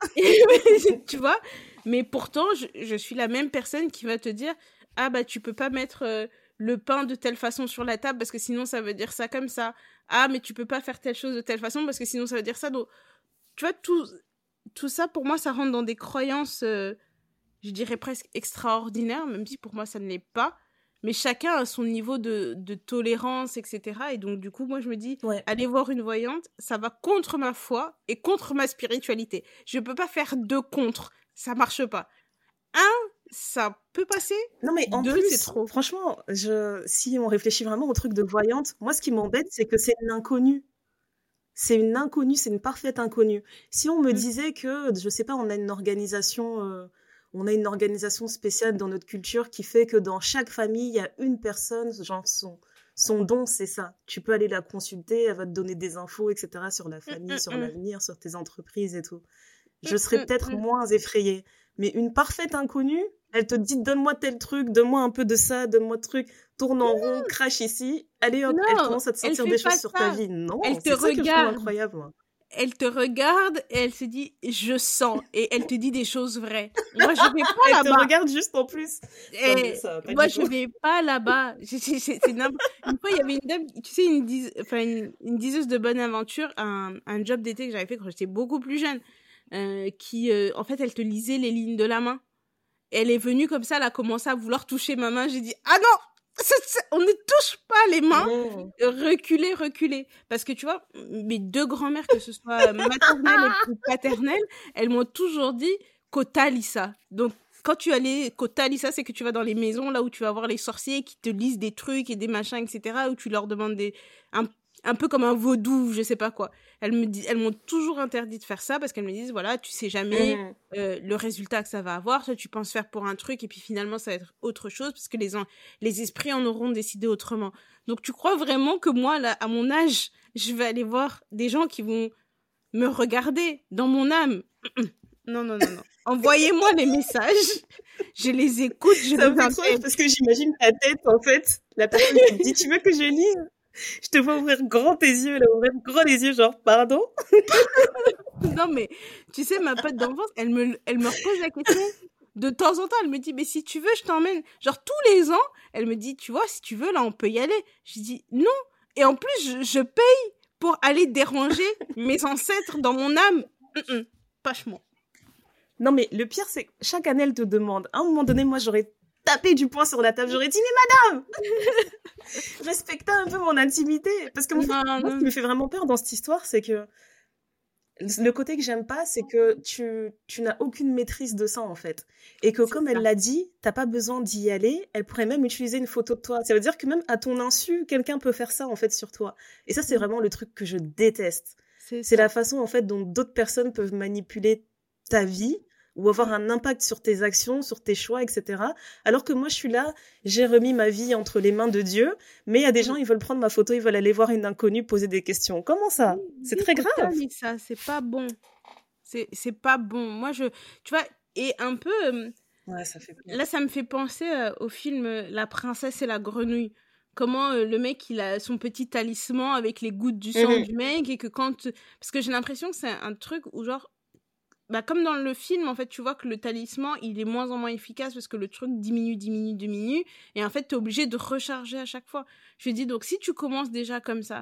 C: Tu vois. Mais pourtant, je, je suis la même personne qui va te dire « Ah bah, tu peux pas mettre euh, le pain de telle façon sur la table parce que sinon, ça veut dire ça comme ça. Ah, mais tu peux pas faire telle chose de telle façon parce que sinon, ça veut dire ça. » Donc, tu vois, tout, tout ça, pour moi, ça rentre dans des croyances, euh, je dirais presque extraordinaires, même si pour moi, ça ne l'est pas. Mais chacun a son niveau de, de tolérance, et cetera. Et donc, du coup, moi, je me dis, ouais. aller voir une voyante, ça va contre ma foi et contre ma spiritualité. Je peux pas faire deux contre. Ça marche pas. Un, ça peut passer.
B: Non, mais en
C: deux,
B: plus,
C: c'est trop.
B: Franchement, je, si on réfléchit vraiment au truc de voyante, moi, ce qui m'embête, c'est que c'est une inconnue. C'est une inconnue, c'est une parfaite inconnue. Si on me mmh. disait que, je sais pas, on a une organisation... Euh, On a une organisation spéciale dans notre culture qui fait que dans chaque famille, il y a une personne, genre son, son don, c'est ça. Tu peux aller la consulter, elle va te donner des infos, et cetera sur la famille, mmh, sur mmh. l'avenir, sur tes entreprises et tout. Je serais mmh, peut-être mmh. moins effrayée. Mais une parfaite inconnue, elle te dit, donne-moi tel truc, donne-moi un peu de ça, donne-moi tel truc, tourne en rond, crache ici. Allez hop, non, elle commence à te sortir des choses ça. sur ta vie. Non,
C: elle
B: c'est
C: te
B: ça
C: regarde.
B: que je trouve incroyable, moi.
C: Elle te regarde et elle se dit « je sens » et elle te dit des choses vraies. Moi, je vais pas
B: elle
C: là-bas.
B: Elle te regarde juste en plus.
C: Et non, ça, moi, je vais pas là-bas. C'est, c'est, c'est une fois, il y avait une dame, tu sais, une, dise... enfin, une, une diseuse de bonne aventure, un, un job d'été que j'avais fait quand j'étais beaucoup plus jeune, euh, qui, euh, en fait, elle te lisait les lignes de la main. Elle est venue comme ça, elle a commencé à vouloir toucher ma main. J'ai dit « ah non !» C'est, c'est, on ne touche pas les mains, mmh. reculer, reculer. Parce que tu vois, mes deux grand-mères, que ce soit maternelle ou paternelle, elles m'ont toujours dit Kota Lisa. Donc, quand tu allais Kota Lisa, c'est que tu vas dans les maisons là où tu vas voir les sorciers qui te lisent des trucs et des machins, et cetera, où tu leur demandes des. Un, un peu comme un vaudou, je sais pas quoi. Elles, me dis, elles m'ont toujours interdit de faire ça parce qu'elles me disent, voilà, tu sais jamais mmh. euh, le résultat que ça va avoir. Soit tu penses faire pour un truc et puis finalement, ça va être autre chose parce que les, les esprits en auront décidé autrement. Donc, tu crois vraiment que moi, là, à mon âge, je vais aller voir des gens qui vont me regarder dans mon âme? Non, non, non, non. Envoyez-moi les messages. Je les écoute. Je
B: ça me fait trop parce que j'imagine ta tête, en fait. La personne qui te dit, tu veux que je lise? Je te vois ouvrir grand tes yeux, là, ouvrir grand les yeux, genre, pardon?
C: Non, mais, tu sais, ma pote d'enfance, elle me, elle me repose la question de temps en temps. Elle me dit, mais si tu veux, je t'emmène. Genre, tous les ans, elle me dit, tu vois, si tu veux, là, on peut y aller. Je dis, non. Et en plus, je, je paye pour aller déranger mes ancêtres dans mon âme. Mm-mm, pâchement.
B: Non, mais le pire, c'est que chaque année, elle te demande. À un moment donné, moi, j'aurais tapé du poing sur la table. J'aurais dit, mais madame, respectez un peu mon intimité. Parce que moi,
C: Non,
B: moi, ce
C: non.
B: qui me fait vraiment peur dans cette histoire, c'est que le côté que j'aime pas, c'est que tu, tu n'as aucune maîtrise de ça, en fait. Et que
C: C'est
B: comme
C: ça.
B: elle l'a dit, t'as pas besoin d'y aller. Elle pourrait même utiliser une photo de toi. Ça veut dire que même à ton insu, quelqu'un peut faire ça, en fait, sur toi. Et ça, c'est
C: Mm.
B: vraiment le truc que je déteste.
C: C'est
B: C'est
C: ça.
B: la façon, en fait, dont d'autres personnes peuvent manipuler ta vie ou avoir un impact sur tes actions, sur tes choix, et cetera. Alors que moi, je suis là, j'ai remis ma vie entre les mains de Dieu, mais il y a des gens, ils veulent prendre ma photo, ils veulent aller voir une inconnue poser des questions. Comment ça? C'est
C: Oui,
B: très
C: faut
B: grave.
C: tailler ça, c'est pas bon. C'est, c'est pas bon. Moi, je... Tu vois, et un peu... euh,
B: Ouais, ça fait peur.
C: Là, ça me fait penser euh, au film euh, La princesse et la grenouille. Comment euh, le mec, il a son petit talisman avec les gouttes du sang
B: Mhm.
C: du mec et que quand... Parce que j'ai l'impression que c'est un truc où genre... Bah, comme dans le film, en fait, tu vois que le talisman, il est moins en moins efficace parce que le truc diminue, diminue, diminue. Et en fait, t'es obligé de recharger à chaque fois. Je dis, donc, si tu commences déjà comme ça,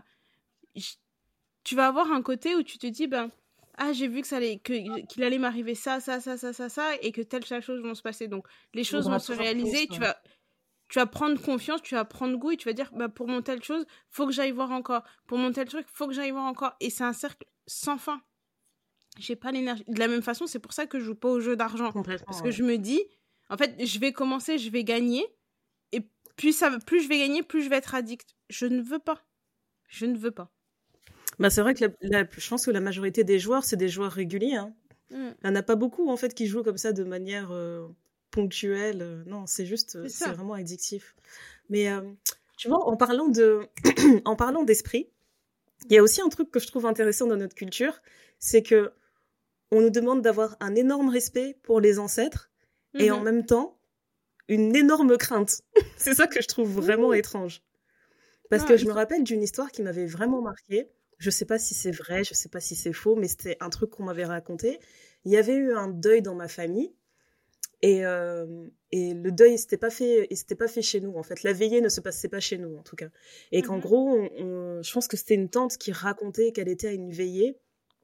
C: j- tu vas avoir un côté où tu te dis, ben, ah, j'ai vu que ça allait, que, qu'il allait m'arriver ça, ça, ça, ça, ça, ça, et que telle, telle chose vont se passer. Donc, les
B: Il
C: choses
B: vaudra
C: vont se
B: toujours
C: réaliser,
B: plus,
C: tu
B: ouais.
C: vas, tu vas prendre confiance, tu vas prendre goût, et tu vas dire, bah, pour mon telle chose, faut que j'aille voir encore. Pour mon tel truc, faut que j'aille voir encore. Et c'est un cercle sans fin. J'ai pas l'énergie. De la même façon, c'est pour ça que je joue pas au jeu d'argent. Parce
B: Complètement,
C: que
B: ouais.
C: je me dis, en fait, je vais commencer, je vais gagner, et plus, ça, plus je vais gagner, plus je vais être addict. Je ne veux pas. Je ne veux pas.
B: Bah, c'est vrai que la, la- je pense que la majorité des joueurs, c'est des joueurs réguliers, hein.
C: Mm.
B: Il n'y en a pas beaucoup, en fait, qui jouent comme ça de manière euh, ponctuelle. Euh, Non, c'est juste, euh,
C: C'est
B: c'est
C: ça.
B: vraiment addictif. Mais euh, tu vois, en parlant de, en parlant d'esprit, il y a aussi un truc que je trouve intéressant dans notre culture, c'est que on nous demande d'avoir un énorme respect pour les ancêtres et en
C: Mhm.
B: même temps une énorme crainte. C'est ça que je trouve vraiment
C: Oui.
B: étrange. Parce
C: Non,
B: que je
C: il
B: me
C: faut-
B: rappelle d'une histoire qui m'avait vraiment marquée. Je sais pas si c'est vrai, je sais pas si c'est faux, mais c'était un truc qu'on m'avait raconté. Il y avait eu un deuil dans ma famille et, euh, et le deuil, il s'était pas fait, il s'était pas fait chez nous en fait. La veillée ne se passait pas chez nous en tout cas. Et qu'en
C: Mhm.
B: gros, on- on- je pense que c'était une tante qui racontait qu'elle était à une veillée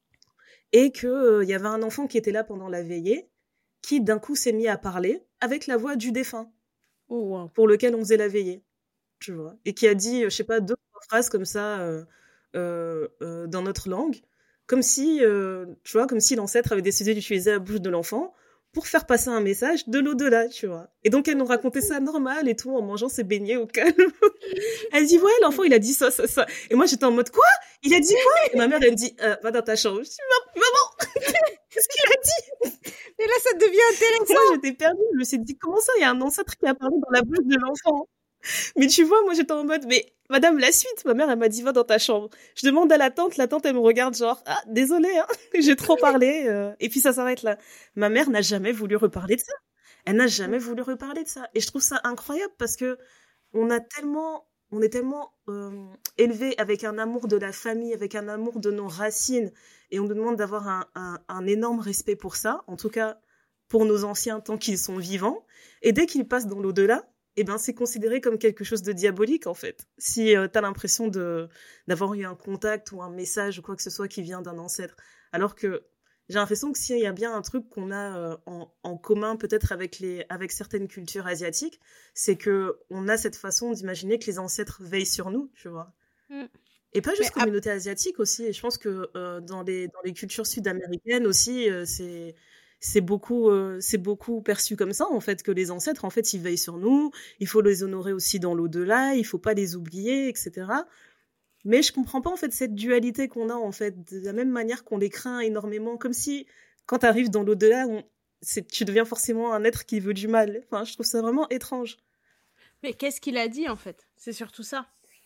B: et que euh, il y avait un enfant qui était là pendant la veillée qui d'un coup s'est mis à parler avec la voix du défunt
C: Oh, wow.
B: pour lequel on faisait la veillée, tu vois, et qui a dit, euh, je sais pas, deux trois phrases comme ça euh, euh, euh, dans notre langue, comme si, euh, tu vois, comme si l'ancêtre avait décidé d'utiliser la bouche de l'enfant pour faire passer un message de l'au-delà, tu vois. Et donc elle nous racontait ça normal et tout en mangeant ses beignets au calme. Elle dit ouais, l'enfant il a dit ça, ça, ça. Et moi j'étais en mode quoi? Il a dit quoi? Et ma mère elle me dit euh, va dans ta chambre. Je dis maman, qu'est-ce qu'il a dit?
C: Et là, ça devient intéressant.
B: Moi j'étais perdue. Je me suis dit comment ça il y a un ancêtre qui a parlé dans la bouche de l'enfant? Mais tu vois, moi j'étais en mode, mais madame, la suite, ma mère elle m'a dit va dans ta chambre. Je demande à la tante, la tante elle me regarde genre, ah désolée, hein, j'ai trop parlé. euh. Et puis ça s'arrête là. Ma mère n'a jamais voulu reparler de ça. Elle n'a jamais voulu reparler de ça. Et je trouve ça incroyable parce que on a tellement, on est tellement euh, élevé avec un amour de la famille, avec un amour de nos racines, et on nous demande d'avoir un, un, un énorme respect pour ça, en tout cas pour nos anciens tant qu'ils sont vivants. Et dès qu'ils passent dans l'au-delà, eh ben, c'est considéré comme quelque chose de diabolique, en fait. Si euh, t'as l'impression de, d'avoir eu un contact ou un message ou quoi que ce soit qui vient d'un ancêtre. Alors que j'ai l'impression que s'il y a bien un truc qu'on a euh, en, en commun, peut-être avec les, avec certaines cultures asiatiques, c'est que on a cette façon d'imaginer que les ancêtres veillent sur nous, tu vois.
C: Mm.
B: Et pas juste
C: Mais
B: communauté asiatique aussi. Et je pense que euh, dans les, dans les cultures sud-américaines aussi, euh, c'est, c'est beaucoup, euh, c'est beaucoup perçu comme ça, en fait, que les ancêtres, en fait, ils veillent sur nous. Il faut les honorer aussi dans l'au-delà. Il faut pas les oublier, et cetera. Mais je comprends pas, en fait, cette dualité qu'on a, en fait, de la même manière qu'on les craint énormément, comme si, quand t'arrives dans l'au-delà, on, c'est, tu deviens forcément un être qui veut du mal. Enfin, je trouve ça vraiment étrange.
C: Mais qu'est-ce qu'il a dit, en fait? C'est surtout ça.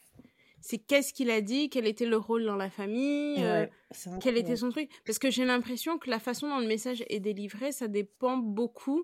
C: C'est qu'est-ce qu'il a dit, quel était le rôle dans la famille, euh,
B: Ouais, c'est
C: quel
B: incroyable.
C: était son truc. Parce que j'ai l'impression que la façon dont le message est délivré, ça dépend beaucoup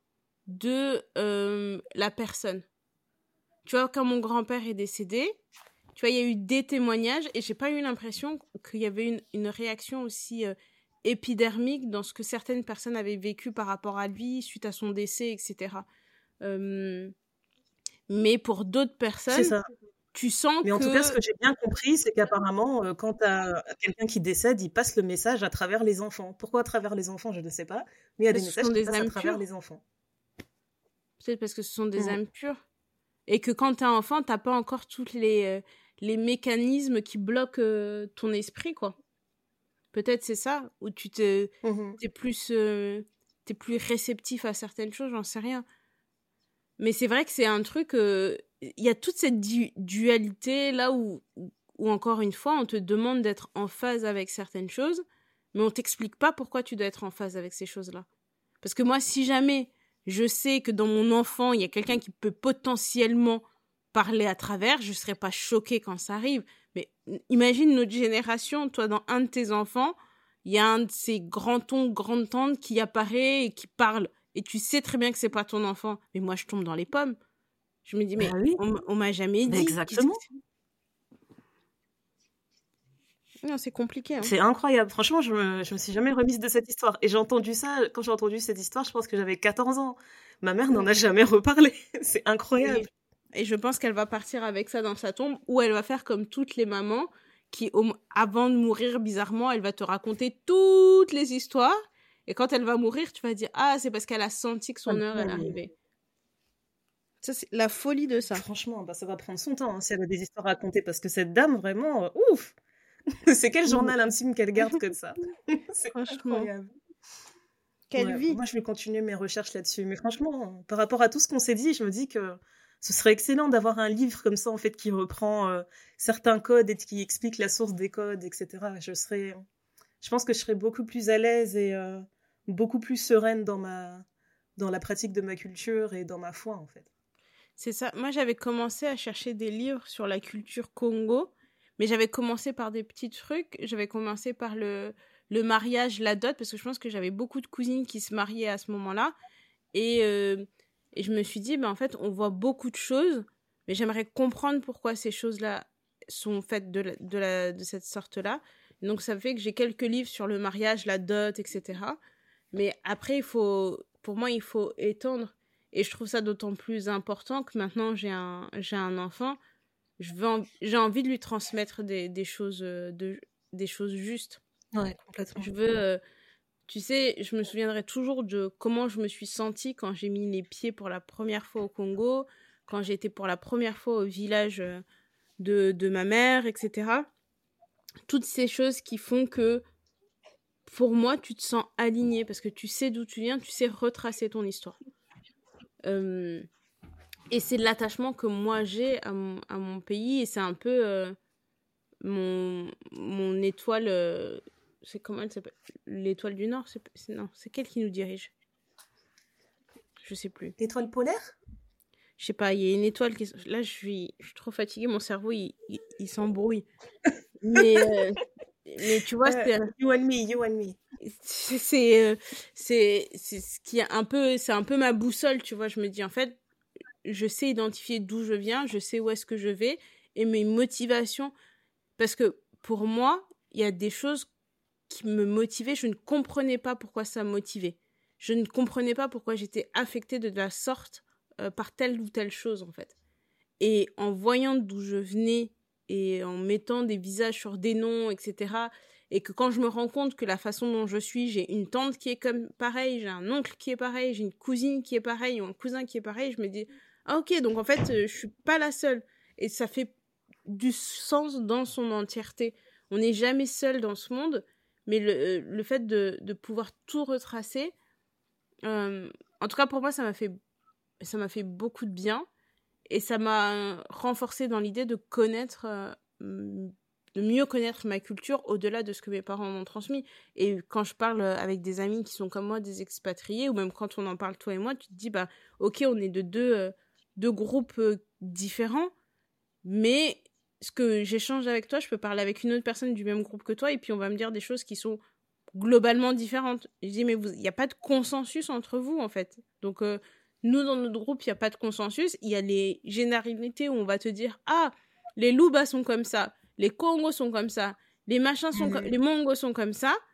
C: de euh, la personne. Tu vois, quand mon grand-père est décédé, tu vois, il y a eu des témoignages et j'ai pas eu l'impression qu'il y avait une, une réaction aussi euh, épidermique dans ce que certaines personnes avaient vécu par rapport à lui suite à son décès, et cetera. Euh, mais pour d'autres
B: C'est
C: personnes,
B: ça.
C: tu sens
B: Mais
C: que...
B: en tout cas, ce que j'ai bien compris, c'est qu'apparemment, euh, quand t'as quelqu'un qui décède, il passe le message à travers les enfants. Pourquoi à travers les enfants, je ne sais pas, mais il y a des
C: ce
B: messages
C: sont
B: qui
C: des
B: passent à
C: âmes
B: travers
C: pures.
B: les enfants.
C: Peut-être parce que ce sont des
B: Mm.
C: âmes pures. Et que quand t'es enfant, t'as pas encore tous les, euh, les mécanismes qui bloquent euh, ton esprit, quoi. Peut-être c'est ça, où tu te,
B: Mhm.
C: t'es plus, euh, t'es plus réceptif à certaines choses, j'en sais rien. Mais c'est vrai que c'est un truc, il euh, y a toute cette du- dualité là où, où, encore une fois, on te demande d'être en phase avec certaines choses, mais on t'explique pas pourquoi tu dois être en phase avec ces choses-là. Parce que moi, si jamais je sais que dans mon enfant, il y a quelqu'un qui peut potentiellement parler à travers, je serais pas choquée quand ça arrive. Mais imagine notre génération, toi, dans un de tes enfants, il y a un de ces grands-oncles, grandes-tantes qui apparaît et qui parle. Et tu sais très bien que c'est pas ton enfant. Mais moi, je tombe dans les pommes. Je me dis, mais
B: Bah oui.
C: on, on m'a jamais dit.
B: Exactement.
C: Non, c'est compliqué. Hein.
B: C'est incroyable. Franchement, je me, je me suis jamais remise de cette histoire. Et j'ai entendu ça, quand j'ai entendu cette histoire, je pense que j'avais quatorze ans. Ma mère n'en a jamais reparlé. C'est incroyable.
C: Et, et je pense qu'elle va partir avec ça dans sa tombe, ou elle va faire comme toutes les mamans qui, au, avant de mourir, bizarrement, elle va te raconter toutes les histoires. Et quand elle va mourir, tu vas dire, ah, c'est parce qu'elle a senti que son heure est arrivée. Ça, c'est la folie de ça.
B: Franchement, bah, ça va prendre son temps hein, si elle a des histoires à raconter, parce que cette dame, vraiment, euh, ouf. C'est quel journal intime qu'elle garde comme ça. C'est
C: franchement
B: incroyable.
C: Quelle
B: ouais,
C: vie.
B: Moi, je vais continuer mes recherches là-dessus. Mais franchement, par rapport à tout ce qu'on s'est dit, je me dis que ce serait excellent d'avoir un livre comme ça, en fait, qui reprend euh, certains codes et qui explique la source des codes, et cetera. Je serais... Je pense que je serais beaucoup plus à l'aise et euh, beaucoup plus sereine dans, ma... dans la pratique de ma culture et dans ma foi, en fait.
C: C'est ça. Moi, j'avais commencé à chercher des livres sur la culture Congo, mais j'avais commencé par des petits trucs. J'avais commencé par le, le mariage, la dot, parce que je pense que j'avais beaucoup de cousines qui se mariaient à ce moment-là. Et, euh, et je me suis dit, ben, en fait, on voit beaucoup de choses, mais j'aimerais comprendre pourquoi ces choses-là sont faites de, la, de, la, de cette sorte-là. Donc, ça fait que j'ai quelques livres sur le mariage, la dot, et cetera. Mais après, il faut, pour moi, il faut étendre. Et je trouve ça d'autant plus important que maintenant, j'ai un, j'ai un enfant. Je veux en, j'ai envie de lui transmettre des, des, choses, de, des choses justes.
B: Ouais, complètement.
C: Je veux... Euh, tu sais, je me souviendrai toujours de comment je me suis sentie quand j'ai mis les pieds pour la première fois au Congo, quand j'ai été pour la première fois au village de, de ma mère, et cetera. Toutes ces choses qui font que, pour moi, tu te sens aligné parce que tu sais d'où tu viens, tu sais retracer ton histoire. Euh, et c'est l'attachement que moi j'ai à mon, à mon pays et c'est un peu euh, mon, mon étoile... Euh, c'est comment elle s'appelle ? L'étoile du Nord, c'est, c'est non, c'est quelle qui nous dirige ? Je sais plus.
B: L'étoile polaire ?
C: Je sais pas, il y a une étoile qui là je suis je suis trop fatiguée, mon cerveau il il, il s'embrouille. Mais euh, mais tu vois,
B: euh,
C: c'est
B: you and me, you and me.
C: C'est c'est c'est c'est ce qui est un peu c'est un peu ma boussole, tu vois, je me dis en fait, je sais identifier d'où je viens, je sais où est-ce que je vais et mes motivations parce que pour moi, il y a des choses qui me motivaient, je ne comprenais pas pourquoi ça me motivait. Je ne comprenais pas pourquoi j'étais affectée de la sorte euh, par telle ou telle chose, en fait. Et en voyant d'où je venais et en mettant des visages sur des noms, et cetera, et que quand je me rends compte que la façon dont je suis, j'ai une tante qui est comme pareil, j'ai un oncle qui est pareil, j'ai une cousine qui est pareil, ou un cousin qui est pareil, je me dis, ah ok, donc en fait, euh, je suis pas la seule. Et ça fait du sens dans son entièreté. On n'est jamais seul dans ce monde, mais le, le fait de, de pouvoir tout retracer, euh, en tout cas pour moi, ça m'a fait, ça m'a fait beaucoup de bien et ça m'a renforcé dans l'idée de connaître, euh, de mieux connaître ma culture au-delà de ce que mes parents m'ont transmis. Et quand je parle avec des amis qui sont comme moi, des expatriés, ou même quand on en parle toi et moi, tu te dis, bah, ok, on est de deux, euh, deux groupes euh, différents, mais ce que j'échange avec toi, je peux parler avec une autre personne du même groupe que toi et puis on va me dire des choses qui sont globalement différentes. Je dis, mais il n'y a pas de consensus entre vous, en fait. Donc, euh, nous, dans notre groupe, il n'y a pas de consensus. Il y a les généralités où on va te dire, ah, les Loubas sont comme ça, les Congos sont comme ça, les machins sont
B: mmh.
C: comme... les Mongos sont comme ça.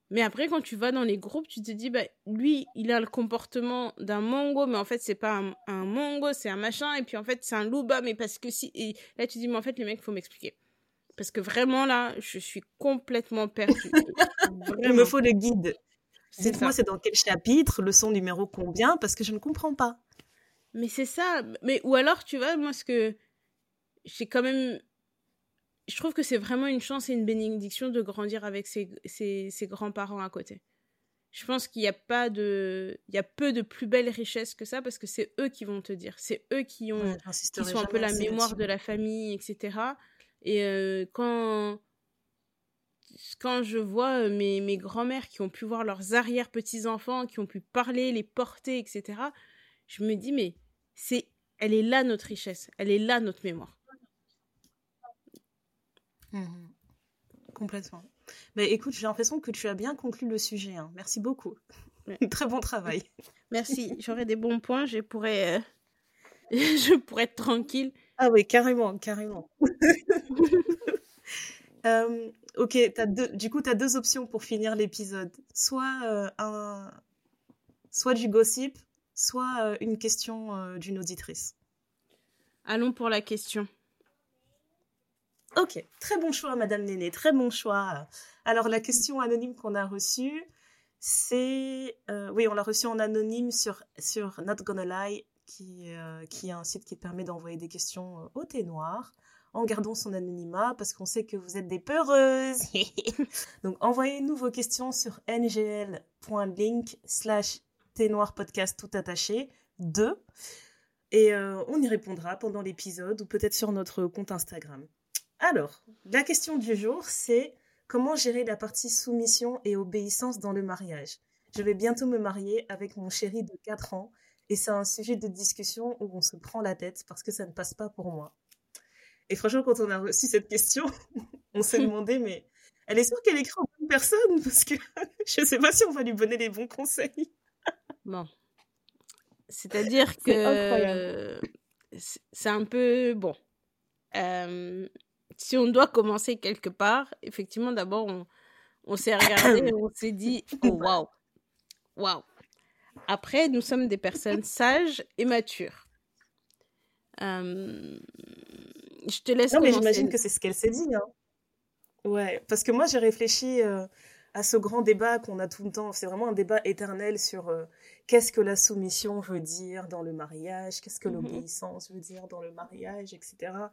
C: Mais après, quand tu vas dans les groupes, tu te dis, bah, lui, il a le comportement d'un mongo, mais en fait, c'est pas un, un mongo, c'est un machin. Et puis, en fait, c'est un louba, mais parce que si... Et là, tu dis, mais en fait, les mecs, il faut m'expliquer. Parce que vraiment, là, je suis complètement perdue.
B: Il me faut le guide.
C: C'est
B: Dites-moi,
C: ça.
B: c'est dans quel chapitre, leçon numéro combien, parce que je ne comprends pas.
C: Mais c'est ça. Mais, ou alors, tu vois, moi, ce que j'ai quand même... Je trouve que c'est vraiment une chance et une bénédiction de grandir avec ses, ses, ses grands-parents à côté. Je pense qu'il n'y a pas de... Il y a peu de plus belles richesses que ça, parce que c'est eux qui vont te dire. C'est eux qui, ont,
B: Ouais,
C: qui sont un peu la mémoire
B: là-dessus.
C: de la famille, et cetera. Et euh, quand... Quand je vois mes, mes grands-mères qui ont pu voir leurs arrière-petits-enfants, qui ont pu parler, les porter, et cetera, je me dis, mais c'est, elle est là notre richesse, elle est là notre mémoire.
B: Mmh. Complètement. Mais écoute, j'ai l'impression que tu as bien conclu le sujet. Hein. Merci beaucoup. Ouais. Très bon travail.
C: Merci. J'aurai des bons points, je pourrais, euh... je pourrais être tranquille.
B: Ah oui, carrément, carrément. euh, ok, t'as deux, du coup, tu as deux options pour finir l'épisode. Soit, euh, un, soit du gossip, soit euh, une question euh, d'une auditrice.
C: Allons pour la question.
B: Ok, très bon choix, Madame Néné, très bon choix. Alors, la question anonyme qu'on a reçue, c'est... Euh, oui, on l'a reçue en anonyme sur, sur Not Gonna Lie, qui, euh, qui est un site qui permet d'envoyer des questions au thé noir, en gardant son anonymat, parce qu'on sait que vous êtes des peureuses. Donc, envoyez-nous vos questions sur ngl.link slash thé noir podcast tout attaché deux, et euh, on y répondra pendant l'épisode, ou peut-être sur notre compte Instagram. Alors, la question du jour, c'est comment gérer la partie soumission et obéissance dans le mariage. Je vais bientôt me marier avec mon chéri de quatre ans et c'est un sujet de discussion où on se prend la tête parce que ça ne passe pas pour moi. Et franchement, quand on a reçu cette question, on s'est demandé, mais elle est sûre qu'elle écrit en bonne personne parce que je ne sais pas si on va lui donner les bons conseils.
C: Bon. C'est-à-dire que
B: c'est incroyable.
C: C'est un peu... Bon. Euh... Si on doit commencer quelque part, effectivement, d'abord, on, on s'est regardé et on s'est dit « Oh, waouh, waouh !» Après, nous sommes des personnes sages et matures. Euh... Je te laisse
B: non,
C: commencer.
B: Non, mais j'imagine que c'est ce qu'elle s'est dit. Hein. Ouais, parce que moi, j'ai réfléchi euh, à ce grand débat qu'on a tout le temps. C'est vraiment un débat éternel sur euh, qu'est-ce que la soumission veut dire dans le mariage, qu'est-ce que mm-hmm. l'obéissance veut dire dans le mariage, et cetera.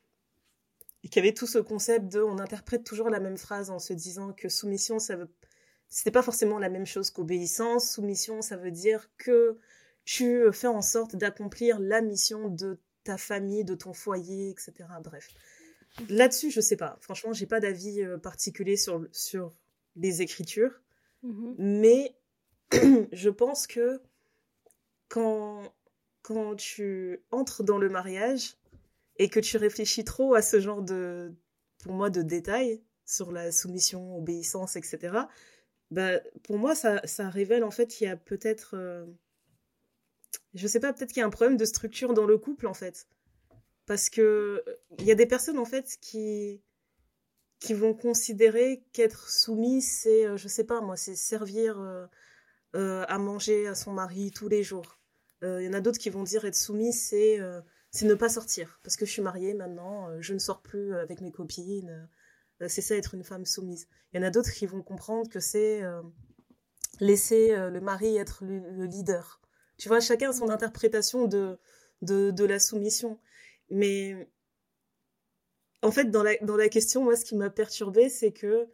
B: Et qu'il y avait tout ce concept de, on interprète toujours la même phrase en se disant que soumission, ça veut, c'était pas forcément la même chose qu'obéissance. Soumission, ça veut dire que tu fais en sorte d'accomplir la mission de ta famille, de ton foyer, et cetera. Bref. Là-dessus, je sais pas. Franchement, j'ai pas d'avis particulier sur, sur les écritures. Mm-hmm. Mais je pense que quand, quand tu entres dans le mariage, et que tu réfléchis trop à ce genre de, pour moi, de détails sur la soumission, obéissance, et cetera, bah, pour moi, ça, ça révèle en fait qu'il y a peut-être, euh, je sais pas, peut-être qu'il y a un problème de structure dans le couple, en fait. Parce que il y a des personnes, en fait, qui, qui vont considérer qu'être soumise, c'est, euh, je sais pas, moi, c'est servir euh, euh, à manger à son mari tous les jours. Il euh, y en a d'autres qui vont dire être soumise, c'est... Euh, c'est ne pas sortir, parce que je suis mariée maintenant, euh, je ne sors plus avec mes copines, euh, c'est ça être une femme soumise. Il y en a d'autres qui vont comprendre que c'est euh, laisser euh, le mari être le, le leader. Tu vois, chacun a son interprétation de, de, de la soumission. Mais en fait, dans la, dans la question, moi, ce qui m'a perturbée, c'est que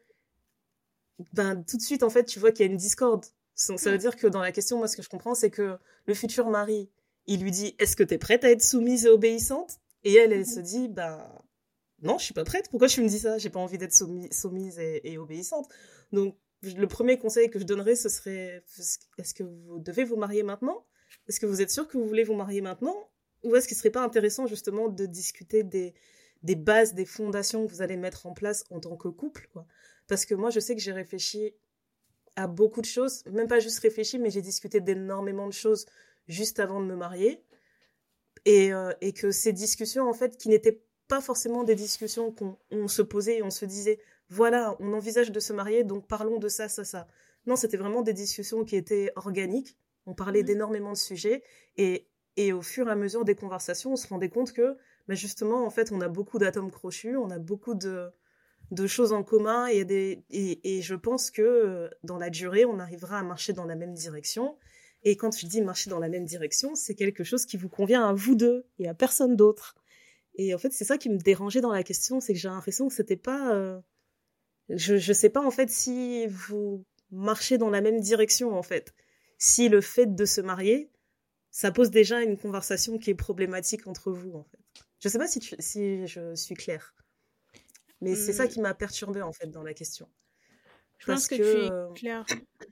B: ben, tout de suite, en fait, tu vois qu'il y a une discorde. Ça, ça veut dire que dans la question, moi, ce que je comprends, c'est que le futur mari, il lui dit, est-ce que t'es prête à être soumise et obéissante ? Et elle, elle se dit, ben, non, je suis pas prête. Pourquoi tu me dis ça ? J'ai pas envie d'être soumis, soumise et, et obéissante. Donc, le premier conseil que je donnerais, ce serait, est-ce que vous devez vous marier maintenant ? Est-ce que vous êtes sûr que vous voulez vous marier maintenant ? Ou est-ce qu'il serait pas intéressant, justement, de discuter des, des bases, des fondations que vous allez mettre en place en tant que couple, quoi ? Parce que moi, je sais que j'ai réfléchi à beaucoup de choses, même pas juste réfléchi, mais j'ai discuté d'énormément de choses juste avant de me marier, et, euh, et que ces discussions, en fait, qui n'étaient pas forcément des discussions qu'on on se posait et on se disait, voilà, on envisage de se marier, donc parlons de ça, ça, ça. Non, c'était vraiment des discussions qui étaient organiques. On parlait mmh. d'énormément de sujets. Et, et au fur et à mesure des conversations, on se rendait compte que, bah justement, en fait, on a beaucoup d'atomes crochus, on a beaucoup de, de choses en commun. Et, des, et, et je pense que dans la durée, on arrivera à marcher dans la même direction. Et quand je dis marcher dans la même direction, c'est quelque chose qui vous convient à vous deux et à personne d'autre. Et en fait, c'est ça qui me dérangeait dans la question, c'est que j'ai l'impression que c'était pas... Euh... Je, je sais pas, en fait, si vous marchez dans la même direction, en fait. Si le fait de se marier, ça pose déjà une conversation qui est problématique entre vous, en fait. Je sais pas si, tu, si je suis claire. Mais mmh. c'est ça qui m'a perturbée, en fait, dans la question.
C: Je parce pense que, que tu es euh... claire.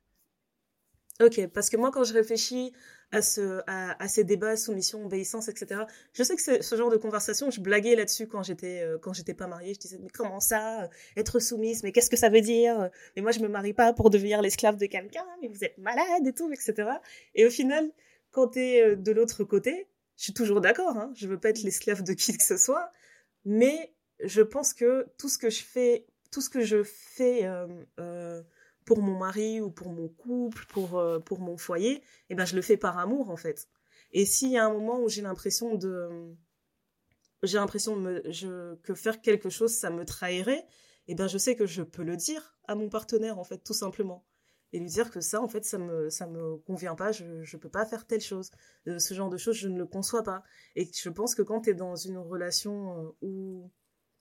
B: Ok, parce que moi, quand je réfléchis à, ce, à, à ces débats, soumission, obéissance, et cetera, je sais que c'est ce genre de conversation, je blaguais là-dessus quand j'étais, euh, quand j'étais pas mariée. Je disais, mais comment ça, être soumise, mais qu'est-ce que ça veut dire? Mais moi, je me marie pas pour devenir l'esclave de quelqu'un, mais vous êtes malade et tout, et cetera. Et au final, quand t'es de l'autre côté, je suis toujours d'accord, hein, je veux pas être l'esclave de qui que ce soit, mais je pense que tout ce que je fais, tout ce que je fais, euh, euh, pour mon mari ou pour mon couple, pour, euh, pour mon foyer, eh ben, je le fais par amour, en fait. Et s'il y a un moment où j'ai l'impression de... J'ai l'impression de me, je, que faire quelque chose, ça me trahirait, eh ben, je sais que je peux le dire à mon partenaire, en fait, tout simplement. Et lui dire que ça, en fait, ça me, ça me convient pas, je, je peux pas faire telle chose. Euh, ce genre de choses, je ne le conçois pas. Et je pense que quand t'es dans une relation où,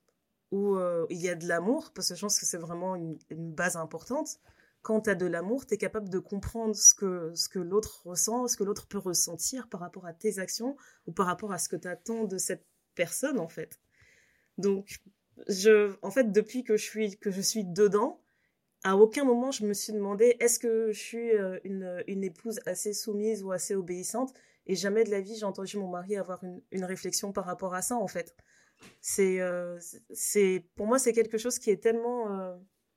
B: où euh, il y a de l'amour, parce que je pense que c'est vraiment une, une base importante, quand tu as de l'amour, tu es capable de comprendre ce que, ce que l'autre ressent, ce que l'autre peut ressentir par rapport à tes actions ou par rapport à ce que tu attends de cette personne, en fait. Donc, je, en fait, depuis que je suis, que je suis dedans, à aucun moment je me suis demandé est-ce que je suis une, une épouse assez soumise ou assez obéissante, et jamais de la vie j'ai entendu mon mari avoir une, une réflexion par rapport à ça, en fait. C'est, euh, c'est, pour moi, c'est quelque chose qui est tellement... Euh,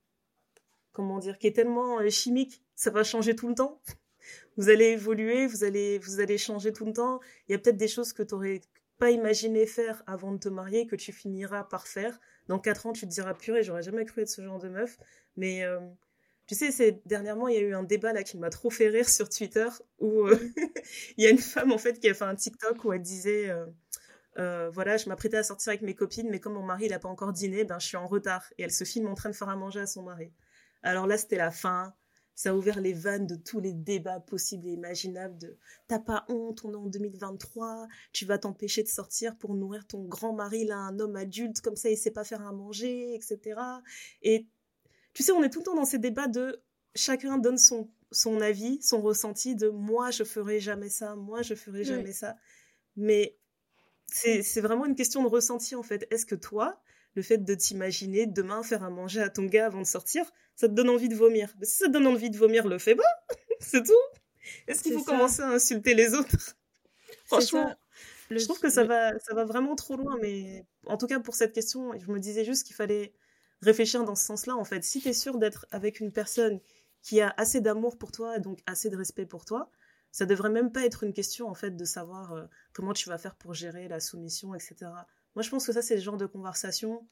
B: comment dire, qui est tellement euh, chimique, ça va changer tout le temps. Vous allez évoluer, vous allez, vous allez changer tout le temps. Il y a peut-être des choses que tu n'aurais pas imaginé faire avant de te marier, que tu finiras par faire. Dans quatre ans, tu te diras, purée, j'aurais jamais cru être ce genre de meuf. Mais euh, tu sais, c'est, dernièrement, il y a eu un débat là qui m'a trop fait rire sur Twitter, où euh, il y a une femme, en fait, qui a fait un TikTok où elle disait... Euh, Euh, voilà, je m'apprêtais à sortir avec mes copines, mais comme mon mari il a pas encore dîné, ben je suis en retard. Et elle se filme en train de faire à manger à son mari. Alors là, c'était la fin. Ça a ouvert les vannes de tous les débats possibles et imaginables de « T'as pas honte, on est en deux mille vingt-trois, tu vas t'empêcher de sortir pour nourrir ton grand mari, là, un homme adulte, comme ça, il sait pas faire à manger, et cetera » Et tu sais, on est tout le temps dans ces débats de chacun donne son, son avis, son ressenti de « moi, je ferai jamais ça, moi, je ferai jamais oui. ça ». Mais c'est, c'est vraiment une question de ressenti, en fait. Est-ce que toi, le fait de t'imaginer demain faire à manger à ton gars avant de sortir, ça te donne envie de vomir? Mais si ça te donne envie de vomir, le fais pas. C'est tout. Est-ce qu'il c'est faut ça. Commencer à insulter les autres? Franchement, le... je trouve que ça, le... va, ça va vraiment trop loin. Mais en tout cas, pour cette question, je me disais juste qu'il fallait réfléchir dans ce sens-là, en fait. Si t'es sûr d'être avec une personne qui a assez d'amour pour toi et donc assez de respect pour toi, ça devrait même pas être une question, en fait, de savoir euh, comment tu vas faire pour gérer la soumission, et cetera. Moi, je pense que ça, c'est le genre de conversation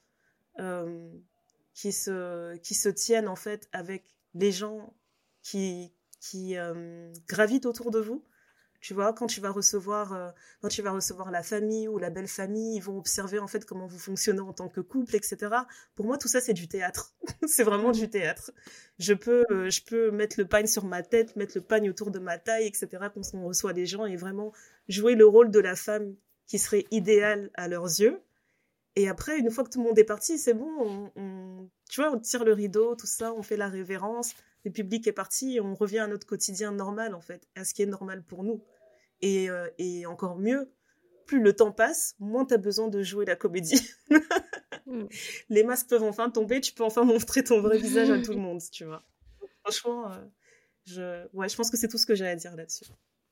B: euh, qui, se, qui se tiennent, en fait, avec les gens qui, qui euh, gravitent autour de vous. Tu vois, quand tu vas recevoir, euh, quand tu vas recevoir la famille ou la belle famille, ils vont observer, en fait, comment vous fonctionnez en tant que couple, et cetera. Pour moi, tout ça, c'est du théâtre. C'est vraiment du théâtre. Je peux, euh, je peux mettre le pagne sur ma tête, mettre le pagne autour de ma taille, et cetera, quand on reçoit les gens, et vraiment jouer le rôle de la femme qui serait idéale à leurs yeux. Et après, une fois que tout le monde est parti, c'est bon, on, on, tu vois, on tire le rideau, tout ça, on fait la révérence, le public est parti, et on revient à notre quotidien normal, en fait, à ce qui est normal pour nous. Et, euh, et encore mieux, plus le temps passe, moins tu as besoin de jouer la comédie. mm. Les masques peuvent enfin tomber, tu peux enfin montrer ton vrai visage à tout le monde, tu vois. Franchement, euh, je... Ouais, je pense que c'est tout ce que j'ai à dire là-dessus.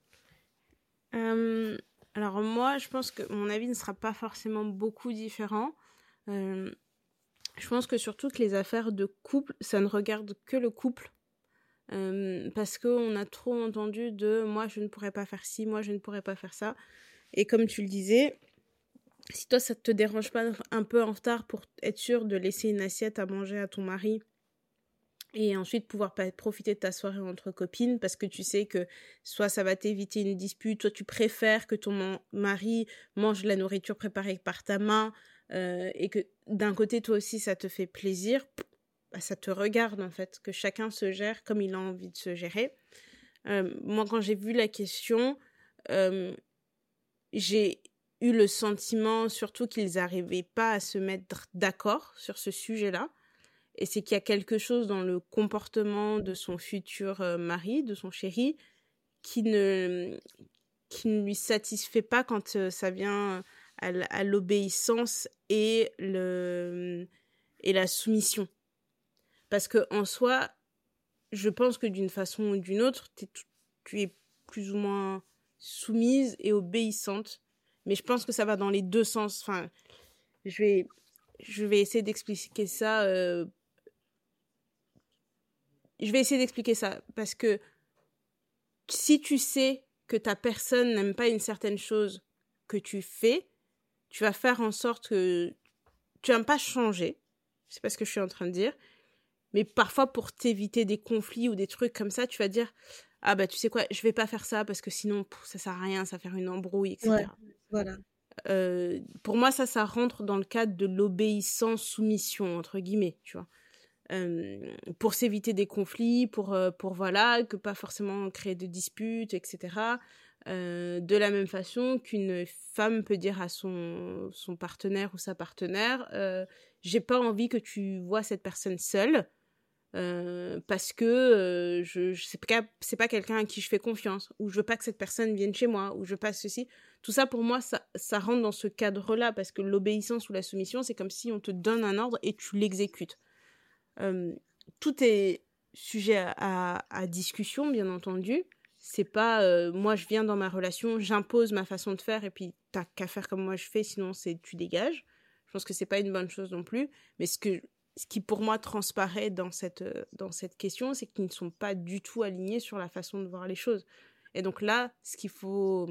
C: Euh... Alors moi, je pense que mon avis ne sera pas forcément beaucoup différent. Euh, je pense que surtout que les affaires de couple, ça ne regarde que le couple. Euh, parce qu'on a trop entendu de « moi, je ne pourrais pas faire ci, moi, je ne pourrais pas faire ça ». Et comme tu le disais, si toi, ça te dérange pas un peu en retard pour être sûr de laisser une assiette à manger à ton mari et ensuite pouvoir profiter de ta soirée entre copines parce que tu sais que soit ça va t'éviter une dispute, soit tu préfères que ton mari mange la nourriture préparée par ta main euh, et que d'un côté, toi aussi, ça te fait plaisir, bah, ça te regarde en fait, que chacun se gère comme il a envie de se gérer. Euh, moi, quand j'ai vu la question, euh, j'ai eu le sentiment surtout qu'ils n'arrivaient pas à se mettre d'accord sur ce sujet-là. Et c'est qu'il y a quelque chose dans le comportement de son futur euh, mari, de son chéri, qui ne, qui ne lui satisfait pas quand euh, ça vient à, à l'obéissance et, le, et la soumission. Parce qu'en soi, je pense que d'une façon ou d'une autre, t'es, tu es plus ou moins soumise et obéissante. Mais je pense que ça va dans les deux sens. Enfin, je vais, je vais essayer d'expliquer ça... Euh, Je vais essayer d'expliquer ça parce que si tu sais que ta personne n'aime pas une certaine chose que tu fais, tu vas faire en sorte que tu n'aimes pas changer. C'est pas ce que je suis en train de dire. Mais parfois, pour t'éviter des conflits ou des trucs comme ça, tu vas dire « Ah bah tu sais quoi, je vais pas faire ça parce que sinon pff, ça sert à rien, ça va faire une embrouille, et cetera »
B: Ouais, voilà.
C: Euh, pour moi, ça, ça rentre dans le cadre de l'obéissance-soumission, entre guillemets, tu vois. Euh, pour s'éviter des conflits, pour, euh, pour voilà, que pas forcément créer de disputes, et cetera. Euh, de la même façon qu'une femme peut dire à son, son partenaire ou sa partenaire euh, « J'ai pas envie que tu vois cette personne seule euh, parce que euh, je, je, c'est pas, c'est pas quelqu'un à qui je fais confiance ou je veux pas que cette personne vienne chez moi ou je veux pas ceci. » Tout ça, pour moi, ça, ça rentre dans ce cadre-là parce que l'obéissance ou la soumission, c'est comme si on te donne un ordre et tu l'exécutes. Euh, tout est sujet à, à, à discussion, bien entendu. C'est pas euh, moi je viens dans ma relation, j'impose ma façon de faire et puis t'as qu'à faire comme moi je fais, sinon c'est tu dégages. Je pense que c'est pas une bonne chose non plus. Mais ce que ce qui pour moi transparaît dans cette dans cette question, c'est qu'ils ne sont pas du tout alignés sur la façon de voir les choses. Et donc là, ce qu'il faut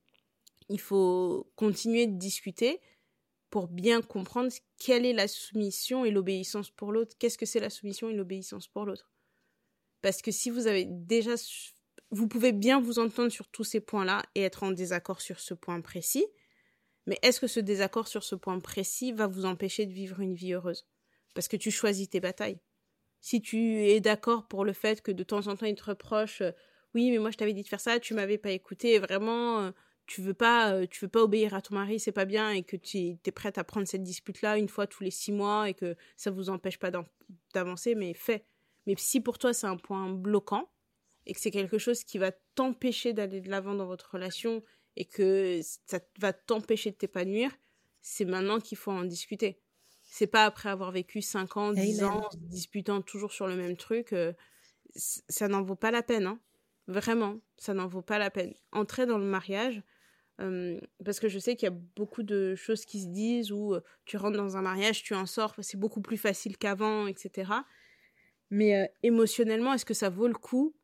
C: il faut continuer de discuter pour bien comprendre quelle est la soumission et l'obéissance pour l'autre. Qu'est-ce que c'est la soumission et l'obéissance pour l'autre? Parce que si vous avez déjà... Vous pouvez bien vous entendre sur tous ces points-là et être en désaccord sur ce point précis, mais est-ce que ce désaccord sur ce point précis va vous empêcher de vivre une vie heureuse? Parce que tu choisis tes batailles. Si tu es d'accord pour le fait que de temps en temps, il te reproche euh, « Oui, mais moi, je t'avais dit de faire ça, tu m'avais pas écouté, et vraiment... Euh, tu veux pas euh, tu veux pas obéir à ton mari, c'est pas bien et que tu es prête à prendre cette dispute là une fois tous les six mois et que ça vous empêche pas d'avancer, mais fais. Mais si pour toi c'est un point bloquant et que c'est quelque chose qui va t'empêcher d'aller de l'avant dans votre relation et que ça va t'empêcher de t'épanouir, c'est maintenant qu'il faut en discuter. C'est pas après avoir vécu cinq ans, dix ans, disputant toujours sur le même truc, euh, ça n'en vaut pas la peine, hein. Vraiment, ça n'en vaut pas la peine. Entrer dans le mariage, euh, parce que je sais qu'il y a beaucoup de choses qui se disent où euh, tu rentres dans un mariage, tu en sors, c'est beaucoup plus facile qu'avant, et cetera. Mais euh, émotionnellement, est-ce que ça vaut le coup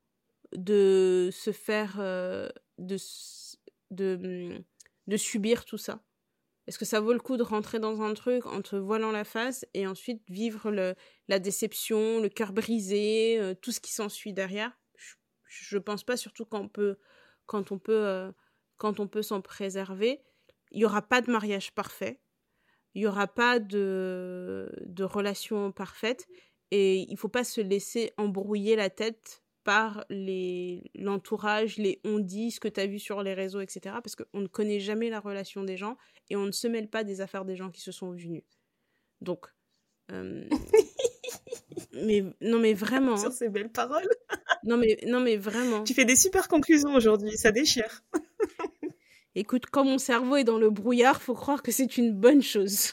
C: de se faire, euh, de, de, de subir tout ça? Est-ce que ça vaut le coup de rentrer dans un truc en te voilant la face et ensuite vivre le, la déception, le cœur brisé, euh, tout ce qui s'ensuit derrière? Je pense pas, surtout quand on peut, quand on peut, euh, quand on peut s'en préserver. Il y aura pas de mariage parfait, il y aura pas de, de relation parfaite, et il faut pas se laisser embrouiller la tête par les, l'entourage, les on-dit, ce que tu as vu sur les réseaux, et cetera. Parce qu'on ne connaît jamais la relation des gens et on ne se mêle pas des affaires des gens qui se sont vus nus. Donc, euh... mais non mais vraiment.
B: Sur ces belles paroles.
C: Non mais, non mais vraiment.
B: Tu fais des super conclusions aujourd'hui, ça déchire.
C: Écoute, quand mon cerveau est dans le brouillard, faut croire que c'est une bonne chose.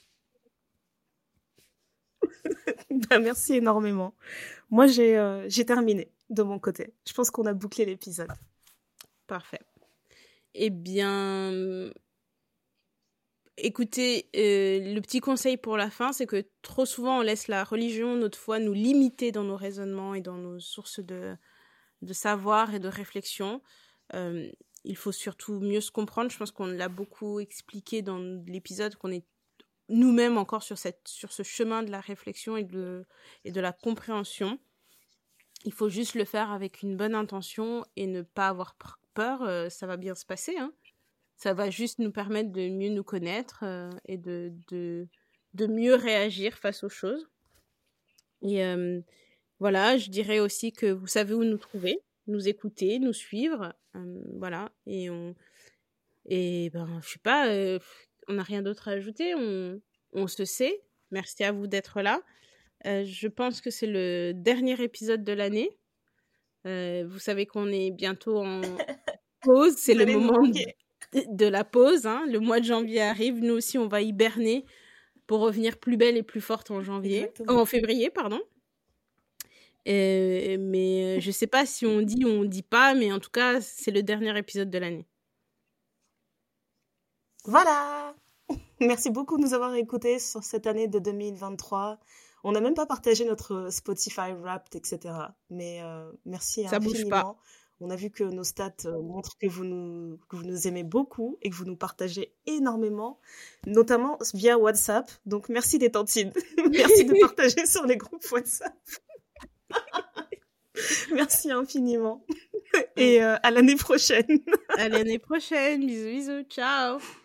B: Bah, merci énormément. Moi, j'ai, euh, j'ai terminé de mon côté. Je pense qu'on a bouclé l'épisode.
C: Parfait. Eh bien... Écoutez, euh, le petit conseil pour la fin, c'est que trop souvent, on laisse la religion, notre foi, nous limiter dans nos raisonnements et dans nos sources de, de savoir et de réflexion. Euh, il faut surtout mieux se comprendre. Je pense qu'on l'a beaucoup expliqué dans l'épisode, qu'on est nous-mêmes encore sur, cette, sur ce chemin de la réflexion et de, et de la compréhension. Il faut juste le faire avec une bonne intention et ne pas avoir peur. Euh, ça va bien se passer, hein. Ça va juste nous permettre de mieux nous connaître euh, et de, de, de mieux réagir face aux choses. Et euh, voilà, je dirais aussi que vous savez où nous trouver, nous écouter, nous suivre. Euh, voilà, et on... Et ben, je sais pas, euh, on n'a rien d'autre à ajouter, on, on se sait. Merci à vous d'être là. Euh, je pense que c'est le dernier épisode de l'année. Euh, vous savez qu'on est bientôt en pause, c'est le moment de, de la pause. Hein. Le mois de janvier arrive, nous aussi on va hiberner pour revenir plus belle et plus forte en janvier, oh, en février, pardon. Euh, mais je sais pas si on dit ou on dit pas, mais en tout cas c'est le dernier épisode de l'année.
B: Voilà. Merci beaucoup de nous avoir écoutés sur cette année de deux mille vingt-trois. On n'a même pas partagé notre Spotify Wrapped, et cetera. Mais euh, merci
C: Ça
B: infiniment.
C: Bouge pas.
B: On a vu que nos stats euh, montrent que vous, nous, que vous nous aimez beaucoup et que vous nous partagez énormément, notamment via WhatsApp. Donc merci les tantines. Merci de partager sur les groupes WhatsApp. Merci infiniment. Et euh, à l'année prochaine.
C: À l'année prochaine. Bisous, bisous. Ciao.